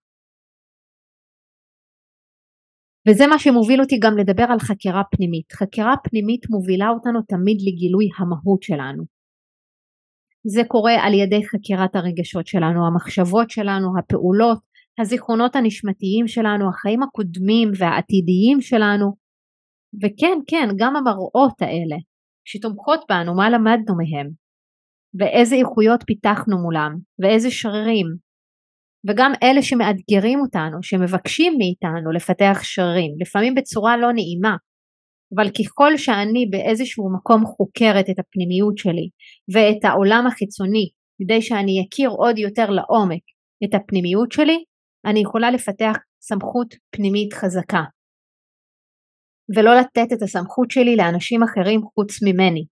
וזה מה שמוביל אותי גם לדבר על חקירה פנימית. חקירה פנימית מובילה אותנו תמיד לגילוי המהות שלנו. זה קורה על ידי חקירת הרגשות שלנו, המחשבות שלנו, הפעולות, הזיכרונות הנשמתיים שלנו, החיים הקודמים והעתידיים שלנו, וכן, כן, גם המראות האלה שתומכות בנו, מה למדנו מהם, ואיזה איכויות פיתחנו מולם, ואיזה שרירים, וגם אלה שמאתגרים אותנו, שמבקשים מאיתנו לפתח שרירים, לפעמים בצורה לא נעימה, אבל ככל שאני באיזשהו מקום חוקרת את הפנימיות שלי, ואת העולם החיצוני, כדי שאני אכיר עוד יותר לעומק את הפנימיות שלי, אני יכולה לפתח סמכות פנימית חזקה, ולא לתת את הסמכות שלי לאנשים אחרים חוץ ממני.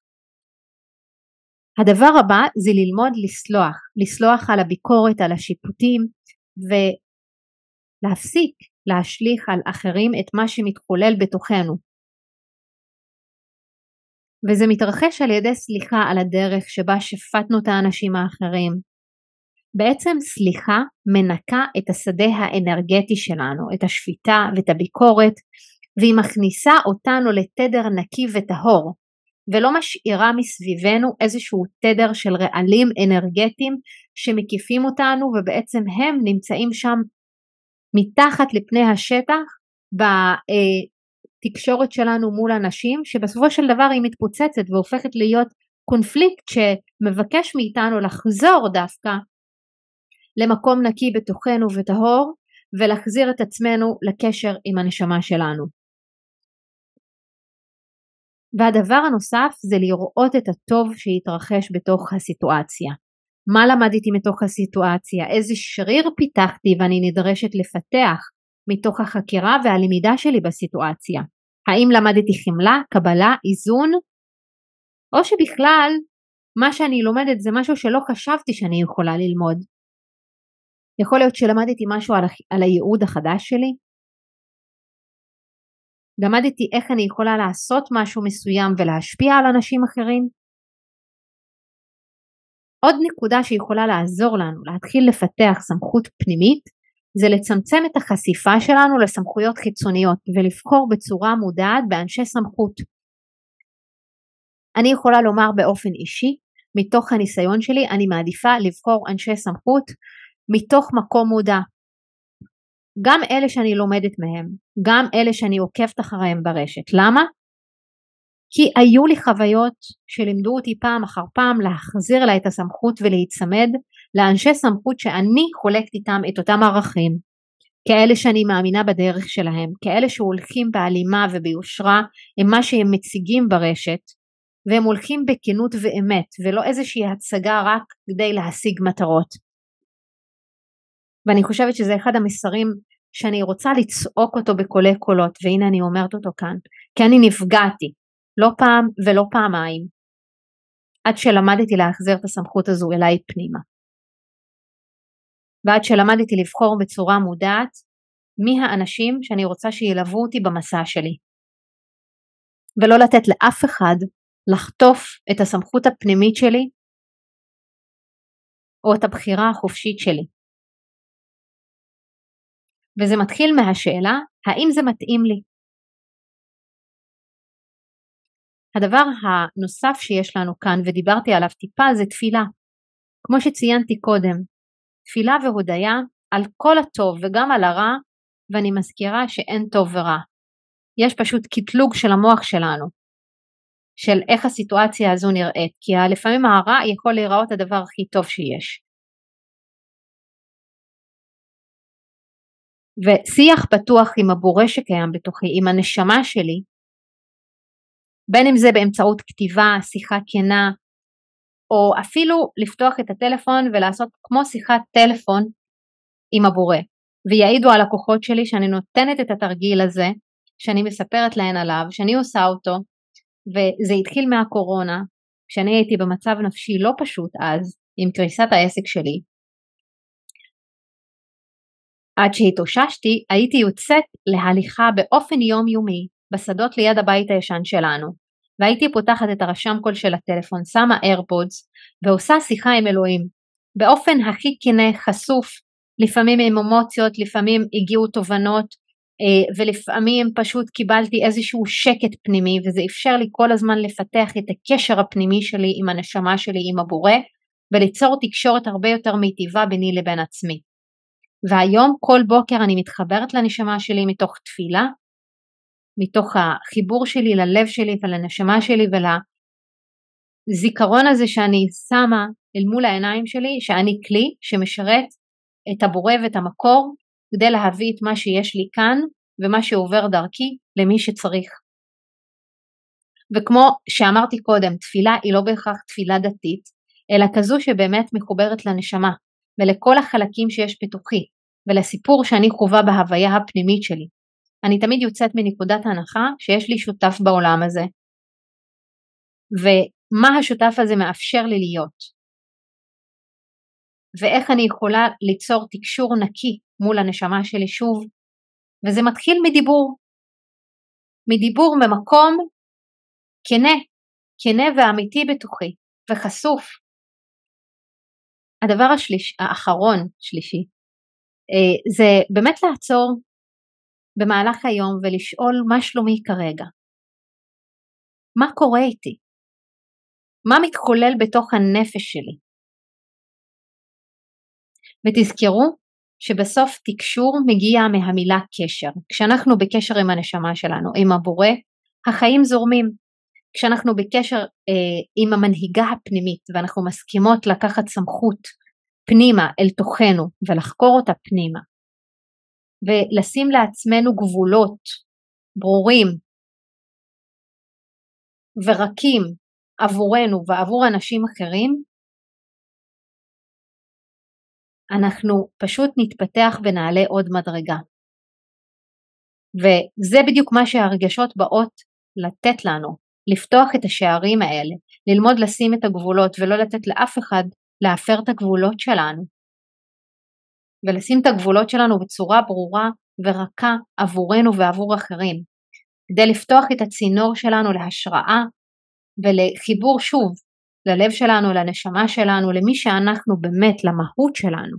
הדבר הבא זה ללמוד לסלוח, לסלוח על הביקורת, על השיפוטים, ולהפסיק להשליך על אחרים את מה שמתחולל בתוכנו. וזה מתרחש על ידי סליחה על הדרך שבה שפטנו את האנשים האחרים. בעצם סליחה מנקה את השדה האנרגטי שלנו, את השפיטה ואת הביקורת, והיא מכניסה אותנו לתדר נקי וטהור, ולא משאירה מסביבנו איזשהו תדר של רעלים אנרגטיים שמקיפים אותנו, ובעצם הם נמצאים שם מתחת לפני השטח בתקשורת שלנו מול אנשים, שבסופו של דבר היא מתפוצצת והופכת להיות קונפליקט שמבקש מאיתנו לחזור דווקא למקום נקי בתוכנו וטהור, ולהחזיר את עצמנו לקשר עם הנשמה שלנו. והדבר הנוסף זה לראות את הטוב שהתרחש בתוך הסיטואציה. מה למדתי מתוך הסיטואציה? איזה שריר פיתחתי ואני נדרשת לפתח מתוך החקירה והלמידה שלי בסיטואציה? האם למדתי חמלה, קבלה, איזון? או שבכלל מה שאני לומדת זה משהו שלא חשבתי שאני יכולה ללמוד? יכול להיות שלמדתי משהו על, על הייעוד החדש שלי? למדתי איך אני יכולה לעשות משהו מסוים ולהשפיע על אנשים אחרים? עוד נקודה שיכולה לעזור לנו להתחיל לפתח סמכות פנימית, זה לצמצם את החשיפה שלנו לסמכויות חיצוניות ולבחור בצורה מודעת באנשי סמכות. אני יכולה לומר באופן אישי, מתוך הניסיון שלי, אני מעדיפה לבחור אנשי סמכות מתוך מקום מודע. גם אלה שאני לומדת מהם, גם אלה שאני עוקבת אחריהם ברשת. למה? כי היו לי חוויות שלימדו אותי פעם אחר פעם להחזיר לה את הסמכות ולהצמד לאנשי סמכות שאני חולקת איתם את אותם ערכים, כאלה שאני מאמינה בדרך שלהם, כאלה שהולכים בהלימה וביושרה עם מה שהם מציגים ברשת, והם הולכים בכנות ואמת, ולא איזושהי הצגה רק כדי להשיג מטרות. ואני חושבת שזה אחד המסרים שאני רוצה לצעוק אותו בקולי קולות, והנה אני אומרת אותו כאן, כי אני נפגעתי, לא פעם ולא פעמיים, עד שלמדתי להחזיר את הסמכות הזו אליי פנימה. ועד שלמדתי לבחור בצורה מודעת, מי האנשים שאני רוצה שילוו אותי במסע שלי. ולא לתת לאף אחד לחטוף את הסמכות הפנימית שלי, או את הבחירה החופשית שלי. וזה מתחיל מהשאלה, האם זה מתאים לי? הדבר הנוסף שיש לנו כאן, ודיברתי עליו טיפה, זה תפילה. כמו שציינתי קודם, תפילה והודיה על כל הטוב וגם על הרע, ואני מזכירה שאין טוב ורע. יש פשוט קטלוג של המוח שלנו, של איך הסיטואציה הזו נראית, כי לפעמים הרע יכול להיראות הדבר הכי טוב שיש. ושיח פתוח עם הבורא שקיים בתוכי, עם הנשמה שלי, בין אם זה באמצעות כתיבה, שיחה כנה, או אפילו לפתוח את הטלפון ולעשות כמו שיחת טלפון עם הבורא. ויעידו הלקוחות שלי שאני נותנת את התרגיל הזה, שאני מספרת להן עליו, שאני עושה אותו, וזה התחיל מהקורונה, כשאני הייתי במצב נפשי לא פשוט אז, עם קריסת העסק שלי. עד שהתאוששתי, הייתי יוצאת להליכה באופן יומיומי, בשדות ליד הבית הישן שלנו, והייתי פותחת את הרשם קול של הטלפון, שמה איירפודס ועושה שיחה עם אלוהים, באופן הכי כנה, חשוף, לפעמים עם אמוציות, לפעמים הגיעו תובנות, ולפעמים פשוט קיבלתי איזשהו שקט פנימי, וזה אפשר לי כל הזמן לפתח את הקשר הפנימי שלי עם הנשמה שלי, עם הבורא, וליצור תקשורת הרבה יותר מיטיבה ביני לבין עצמי. והיום כל בוקר אני מתחברת לנשמה שלי מתוך תפילה, מתוך החיבור שלי ללב שלי ולנשמה שלי ולזיכרון הזה שאני שמה אל מול העיניים שלי, שאני כלי שמשרת את הבורא ואת המקור, כדי להביא את מה שיש לי כאן ומה שעובר דרכי למי שצריך. וכמו שאמרתי קודם, תפילה היא לא בהכרח תפילה דתית, אלא כזו שבאמת מחוברת לנשמה ולכל החלקים שיש בתוכי ולסיפור שאני חווה בהוויה הפנימית שלי. אני תמיד יוצאת מנקודת הנחה שיש לי שותף בעולם הזה, ומה השותף הזה מאפשר לי להיות, ואיך אני יכולה ליצור תקשור נקי מול הנשמה שלי שוב, וזה מתחיל מדיבור, מדיבור ממקום כנה, כנה ואמיתי בתוכי, וחשוף. הדבר השליש, האחרון שלישי, זה באמת לעצור במהלך היום ולשאול מה שלומי כרגע, מה קורה איתי, מה מתחולל בתוך הנפש שלי, ותזכרו שבסוף תקשור מגיע מהמילה קשר. כשאנחנו בקשר עם הנשמה שלנו, עם הבורא, החיים זורמים. כשאנחנו בקשר אה, עם המנהיגה הפנימית ואנחנו מסכימות לקחת סמכות פנימה אל תוכנו ולחקור אותה פנימה ולשים לעצמנו גבולות ברורים ורקים עבורנו ועבור אנשים אחרים, אנחנו פשוט נתפתח ונעלה עוד מדרגה. וזה בדיוק מה שהרגשות באות לתת לנו, לפתוח את השערים האלה, ללמוד לשים את הגבולות ולא לתת לאף אחד להפר את הגבולות שלנו. ולשים את הגבולות שלנו בצורה ברורה ורכה עבורנו ועבור אחרים, כדי לפתוח את הצינור שלנו להשראה ולחיבור שוב ללב שלנו, לנשמה שלנו, למי שאנחנו באמת, למהות שלנו.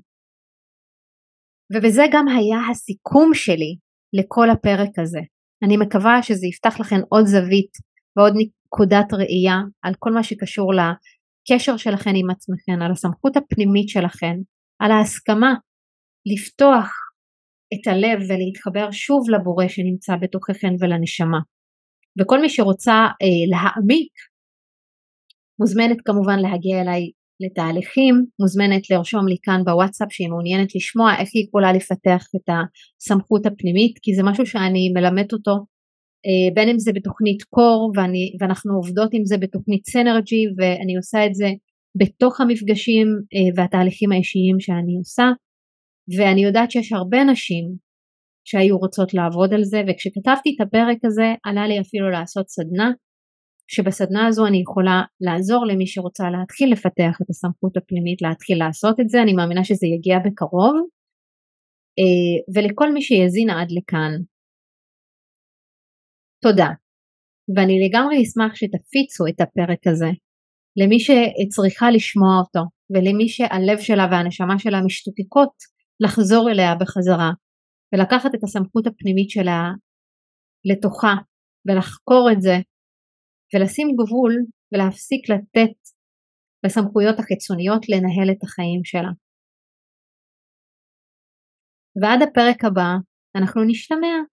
ובזה גם היה הסיכום שלי לכל הפרק הזה. אני מקווה שזה יפתח לכם עוד זווית ועוד נקודת ראייה על כל מה שקשור לקשר שלכם עם עצמכם, על הסמכות הפנימית שלכם, על ההסכמה לפתוח את הלב ולהתחבר שוב לבורא שנמצא בתוככם ולנשמה. וכל מי שרוצה אה, להעמיק, מוזמנת כמובן להגיע אליי לתהליכים, מוזמנת לרשום לי כאן בוואטסאפ שהיא מעוניינת לשמוע איך היא יכולה לפתח את הסמכות הפנימית, כי זה משהו שאני מלמד אותו, בין אם זה בתוכנית קור, ואני, ואנחנו עובדות עם זה בתוכנית סנרג'י, ואני עושה את זה בתוך המפגשים והתהליכים האישיים שאני עושה, ואני יודעת שיש הרבה נשים שהיו רוצות לעבוד על זה, וכשכתבתי את הפרק הזה, עלה לי אפילו לעשות סדנה, שבסדנה הזו אני יכולה לעזור למי שרוצה להתחיל לפתח את הסמכות הפנימית, להתחיל לעשות את זה. אני מאמינה שזה יגיע בקרוב, ולכל מי שיזין עד לכאן, תודה. ואני לגמרי אשמח שתפיצו את הפרק הזה, למי שצריכה לשמוע אותו, ולמי שהלב שלה והנשמה שלה משתוקקות לחזור אליה בחזרה, ולקחת את הסמכות הפנימית שלה לתוכה, ולחקור את זה, ולשים גבול ולהפסיק לתת לסמכויות החיצוניות לנהל את החיים שלה. ועד הפרק הבא אנחנו נשתמע.